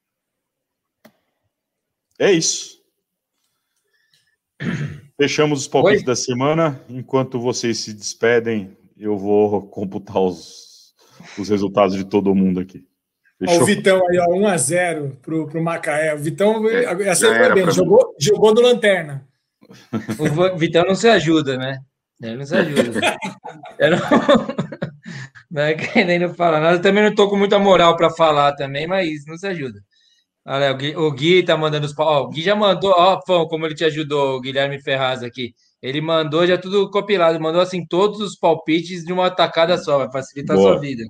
É isso. Fechamos os palpites Oi? da semana. Enquanto vocês se despedem, eu vou computar os, os resultados de todo mundo aqui. Ó, o Vitão aí, ó, um a zero pro, pro Macaé. O Vitão É, acertou já era bem, pra mim. jogou, jogou no Lanterna. O Vitão não se ajuda, né? Ele não se ajuda. Eu não, não é querendo falar nada. Eu também não tô com muita moral para falar também, mas não se ajuda. Olha, o Gui, o Gui tá mandando os pau. Ó, o Gui já mandou, ó, Fão, como ele te ajudou, o Guilherme Ferraz aqui. Ele mandou já tudo compilado, mandou assim todos os palpites de uma tacada só, vai facilitar a sua Boa. vida.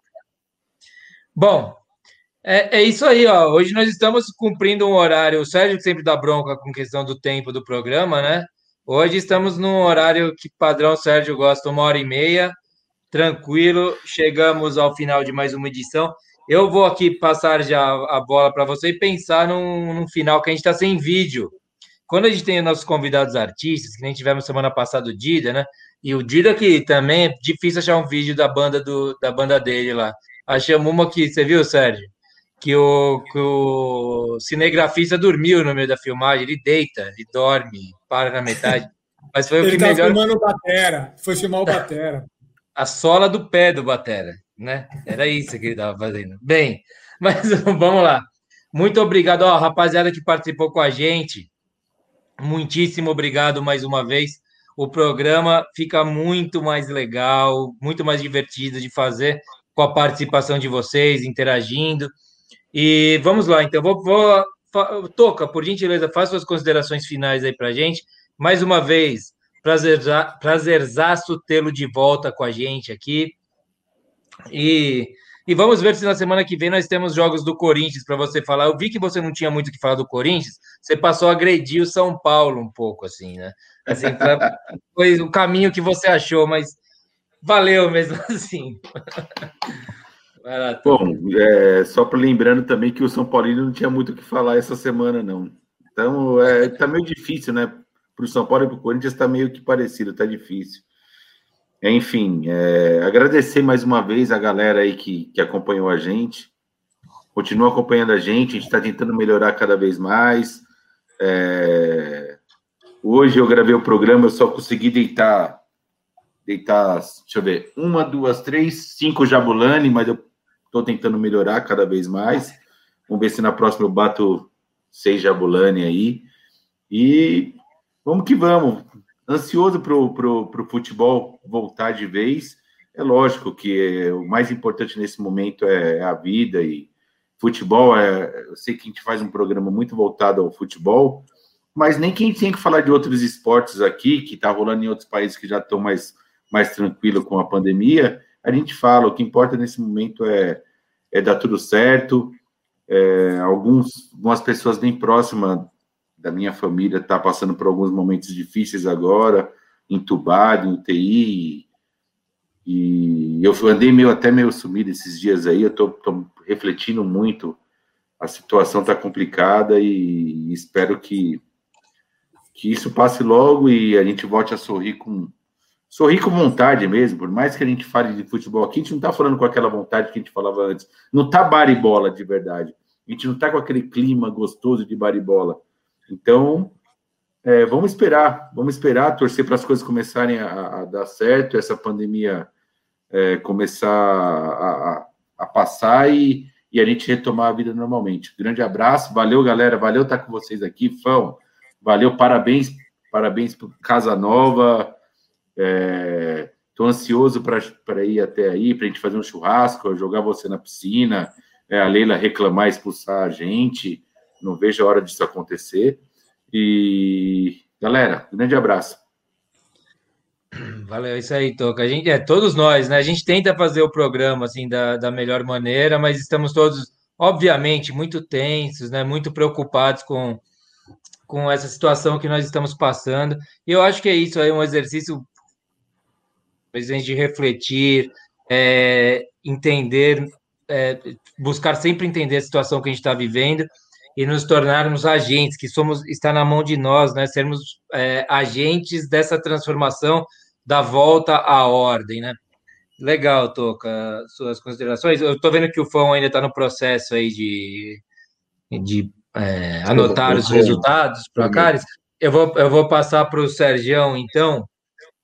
Bom, é, é isso aí, ó. Hoje nós estamos cumprindo um horário. O Sérgio sempre dá bronca com questão do tempo do programa, né? Hoje estamos num horário que padrão Sérgio gosta, uma hora e meia, tranquilo. Chegamos ao final de mais uma edição. Eu vou aqui passar já a bola para você e pensar num, num final que a gente está sem vídeo. Quando a gente tem os nossos convidados artistas, que nem tivemos semana passada o Dida, né? E o Dida que também é difícil achar um vídeo da banda, do, da banda dele lá. Achamos uma que, você viu, Sérgio? Que o, que o cinegrafista dormiu no meio da filmagem, ele deita, ele dorme, para na metade. Mas foi Ele o que tava melhor. filmando o Batera, foi filmar o Batera. A sola do pé do Batera, né? Era isso que ele estava fazendo. Bem, mas vamos lá. Muito obrigado, ó, rapaziada que participou com a gente. Muitíssimo obrigado mais uma vez. O programa fica muito mais legal, muito mais divertido de fazer com a participação de vocês, interagindo. E vamos lá, então. Vou, vou, Toca, por gentileza, faça suas considerações finais aí para a gente. Mais uma vez, prazerza, prazerzaço tê-lo de volta com a gente aqui. E, e vamos ver se na semana que vem nós temos jogos do Corinthians para você falar. Eu vi que você não tinha muito o que falar do Corinthians, você passou a agredir o São Paulo um pouco, assim, né? Assim, pra, foi o caminho que você achou, mas valeu mesmo assim. Vai lá, Bom, é, só para lembrando também que o São Paulino não tinha muito o que falar essa semana, não. Então, é, tá meio difícil, né? Para o São Paulo e para o Corinthians está meio que parecido, tá difícil. Enfim, é, agradecer mais uma vez a galera aí que, que acompanhou a gente. Continua acompanhando a gente, a gente está tentando melhorar cada vez mais. É, hoje eu gravei o programa, eu só consegui deitar, deitar, deixa eu ver, uma, duas, três, cinco Jabulani, mas eu estou tentando melhorar cada vez mais. Vamos ver se na próxima eu bato seis Jabulani aí. E vamos que vamos. Ansioso para o pro, pro futebol voltar de vez. É lógico que o mais importante nesse momento é a vida e futebol. É, eu sei que a gente faz um programa muito voltado ao futebol, mas nem quem tem que falar de outros esportes aqui, que está rolando em outros países que já estão mais, mais tranquilo com a pandemia, a gente fala. O que importa nesse momento é, é dar tudo certo. É, alguns, algumas pessoas bem próximas da minha família está passando por alguns momentos difíceis agora, entubado, em U T I, e eu andei meio, até meio sumido esses dias aí, eu estou refletindo muito, a situação está complicada e espero que, que isso passe logo e a gente volte a sorrir com, sorrir com vontade mesmo, por mais que a gente fale de futebol aqui, a gente não está falando com aquela vontade que a gente falava antes, não está baribola de verdade, a gente não está com aquele clima gostoso de baribola. Então, é, vamos esperar, vamos esperar, torcer para as coisas começarem a, a dar certo, essa pandemia é, começar a, a, a passar e, e a gente retomar a vida normalmente. Grande abraço, valeu, galera, valeu estar com vocês aqui, Fão, valeu, parabéns, parabéns para Casa Nova, estou é, ansioso para ir até aí, para a gente fazer um churrasco, jogar você na piscina, é, a Leila reclamar, expulsar a gente. Não vejo a hora disso acontecer. E, galera, grande abraço. Valeu, isso aí, Toca. A gente, é, todos nós, né? A gente tenta fazer o programa, assim, da, da melhor maneira, mas estamos todos, obviamente, muito tensos, né? Muito preocupados com, com essa situação que nós estamos passando. E eu acho que é isso aí, um exercício de refletir, é, entender, é, buscar sempre entender a situação que a gente está vivendo e nos tornarmos agentes, que somos, está na mão de nós, né? Sermos é, agentes dessa transformação da volta à ordem, né? Legal, Toca, suas considerações. Eu estou vendo que o Fão ainda está no processo aí de, de é, anotar os resultados, placares. Eu vou, eu vou passar para o Sergião, então,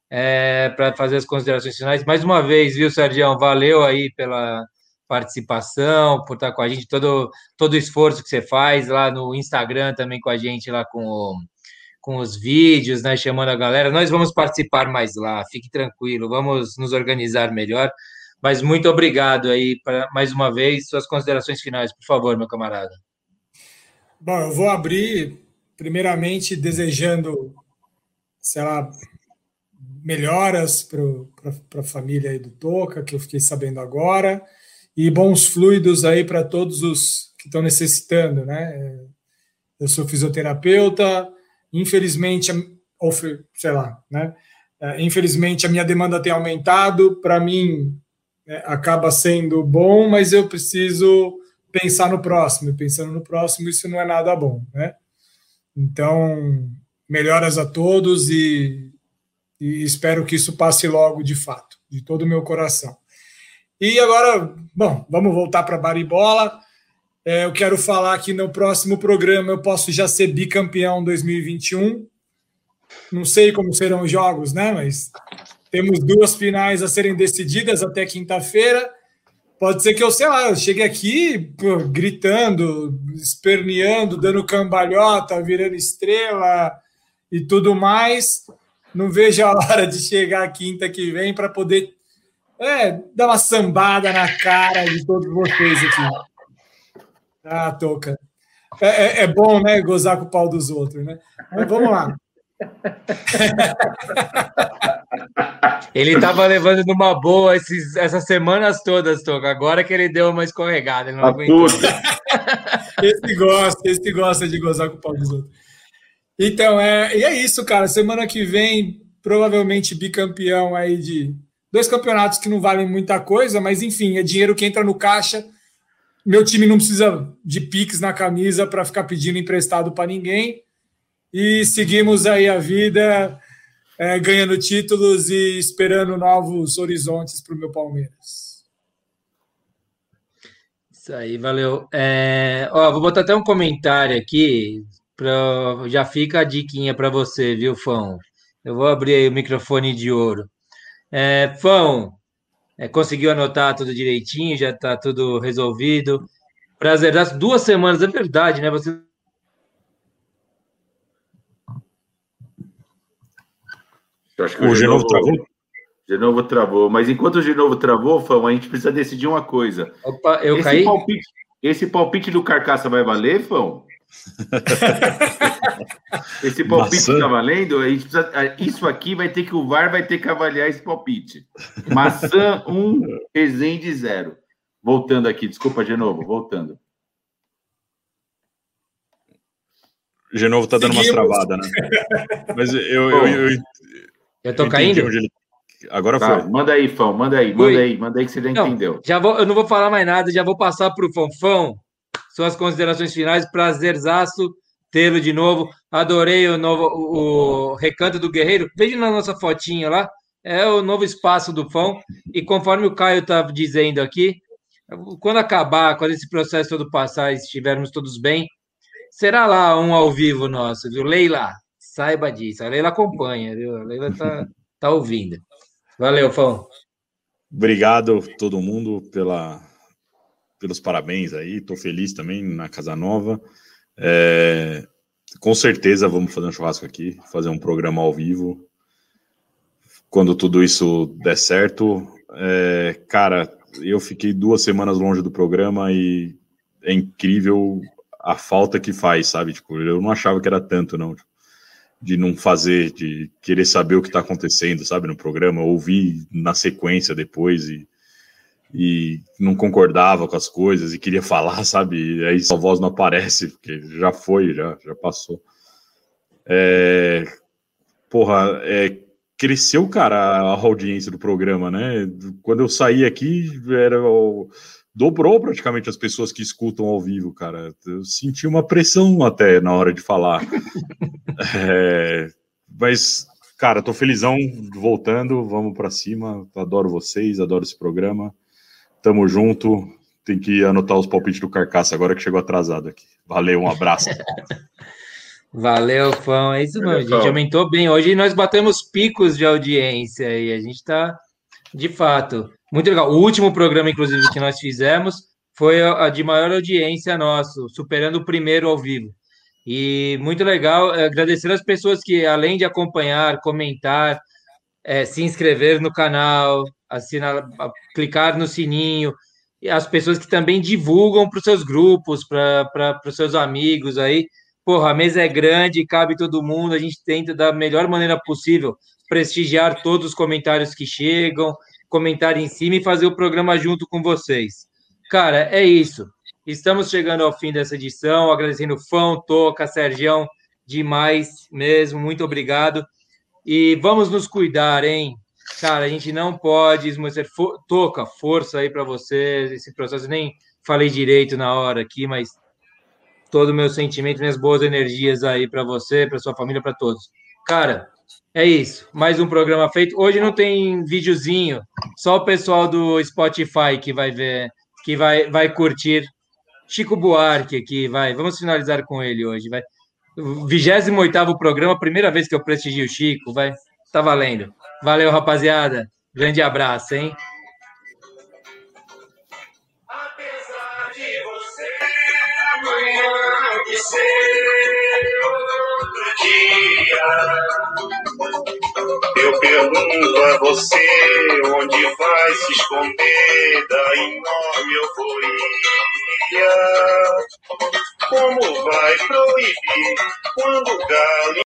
é, para fazer as considerações finais. Mais uma vez, viu, Sergião? Valeu aí pela participação, por estar com a gente, todo, todo o esforço que você faz lá no Instagram também com a gente, lá com, o, com os vídeos, né, chamando a galera. Nós vamos participar mais lá, fique tranquilo, vamos nos organizar melhor. Mas muito obrigado aí, pra, mais uma vez, suas considerações finais, por favor, meu camarada. Bom, eu vou abrir, primeiramente, desejando, sei lá, melhoras para a família aí do Toca, que eu fiquei sabendo agora, e bons fluidos aí para todos os que estão necessitando, né? Eu sou fisioterapeuta, infelizmente, ou sei lá, né? Infelizmente a minha demanda tem aumentado, para mim é, acaba sendo bom, mas eu preciso pensar no próximo, e pensando no próximo isso não é nada bom, né? Então, melhoras a todos e, e espero que isso passe logo de fato, de todo o meu coração. E agora, bom, vamos voltar para Baribola. É, eu quero falar que no próximo programa eu posso já ser bicampeão dois mil e vinte e um. Não sei como serão os jogos, né? Mas temos duas finais a serem decididas até quinta-feira. Pode ser que eu, sei lá, eu chegue aqui pô, gritando, esperneando, dando cambalhota, virando estrela e tudo mais. Não vejo a hora de chegar a quinta que vem para poder é, dar uma sambada na cara de todos vocês aqui. Ah, Toca. É, é, é bom, né, gozar com o pau dos outros, né? Mas vamos lá. Ele estava levando numa boa esses, essas semanas todas, Toca. Agora que ele deu uma escorregada, ele não aguentou. Esse gosta, esse gosta de gozar com o pau dos outros. Então, é, e é isso, cara. Semana que vem, provavelmente bicampeão aí de dois campeonatos que não valem muita coisa, mas enfim, é dinheiro que entra no caixa. Meu time não precisa de Pix na camisa para ficar pedindo emprestado para ninguém. E seguimos aí a vida, é, ganhando títulos e esperando novos horizontes para o meu Palmeiras. Isso aí, valeu. É, ó, vou botar até um comentário aqui, pra, já fica a diquinha para você, viu, Fão? Eu vou abrir aí o microfone de ouro. É, Fão, é, conseguiu anotar tudo direitinho, já está tudo resolvido. Prazer, das duas semanas, é verdade, né? Você... Eu acho que o, o Genovo travou. Genovo travou, mas enquanto o Genovo travou, Fão, a gente precisa decidir uma coisa. Opa, eu esse caí? Palpite, esse palpite do Carcaça vai valer, Fão? Esse palpite está valendo? A gente precisa, isso aqui vai ter que o V A R vai ter que avaliar esse palpite. Maçã um, Resende zero. Voltando aqui, desculpa, Genovo, voltando. Genovo está dando umas travadas, né? Mas eu... eu, eu, eu, eu tô caindo? Ele... Agora tá, foi. Manda aí, Fão, manda aí, manda Ui. aí, manda aí que você já não, entendeu. Já vou, eu não vou falar mais nada, já vou passar para o Fonfão. Suas considerações finais, prazerzaço tê-lo de novo. Adorei o novo o, o Recanto do Guerreiro. Veja na nossa fotinha lá, é o novo espaço do Fão. E conforme o Caio está dizendo aqui, quando acabar, quando esse processo todo passar e estivermos todos bem, será lá um ao vivo nosso, viu? Leila, saiba disso. A Leila acompanha, viu? A Leila tá, tá ouvindo. Valeu, Fão. Obrigado todo mundo pela... pelos parabéns aí, estou feliz também na Casa Nova. É, com certeza vamos fazer um churrasco aqui, fazer um programa ao vivo. Quando tudo isso der certo. É, cara, eu fiquei duas semanas longe do programa e é incrível a falta que faz, sabe? Tipo, eu não achava que era tanto, não. De não fazer, de querer saber o que está acontecendo, sabe? No programa, ouvir na sequência depois e e não concordava com as coisas e queria falar, sabe? E aí sua voz não aparece, porque já foi, já, já passou. É, porra, é, cresceu, cara, a audiência do programa, né? Quando eu saí aqui, era o, dobrou praticamente as pessoas que escutam ao vivo, cara. Eu senti uma pressão até na hora de falar. É, mas, cara, tô felizão voltando, vamos pra cima. Adoro vocês, adoro esse programa. Tamo junto. Tem que anotar os palpites do Carcaça agora que chegou atrasado aqui. Valeu, um abraço. Valeu, Fão. É isso mesmo, Valeu, a gente Fão. aumentou bem. Hoje nós batemos picos de audiência e a gente está, de fato, muito legal. O último programa, inclusive, que nós fizemos foi a a de maior audiência nosso, superando o primeiro ao vivo. E muito legal, é, agradecer as pessoas que, além de acompanhar, comentar, é, se inscrever no canal, assinar, a- clicar no sininho, e as pessoas que também divulgam para os seus grupos, para os seus amigos aí. Porra, a mesa é grande, cabe todo mundo, a gente tenta da melhor maneira possível prestigiar todos os comentários que chegam, comentar em cima e fazer o programa junto com vocês. Cara, é isso. Estamos chegando ao fim dessa edição, agradecendo o Fão, Toca, Sergião, demais mesmo, muito obrigado. E vamos nos cuidar, hein? Cara, a gente não pode esmorecer. For... Toca, força aí para você. Esse processo, eu nem falei direito na hora aqui, mas todo o meu sentimento, minhas boas energias aí para você, para sua família, para todos. Cara, é isso. Mais um programa feito. Hoje não tem videozinho, só o pessoal do Spotify que vai ver, que vai, vai curtir. Chico Buarque aqui, vai. Vamos finalizar com ele hoje, vai. vigésimo oitavo programa, primeira vez que eu prestigio o Chico, vai. Tá valendo. Valeu, rapaziada. Grande abraço, hein? Apesar de você amanhã que ser outro dia, eu pergunto a você onde vai se esconder da enorme euforia. Como vai proibir quando o galo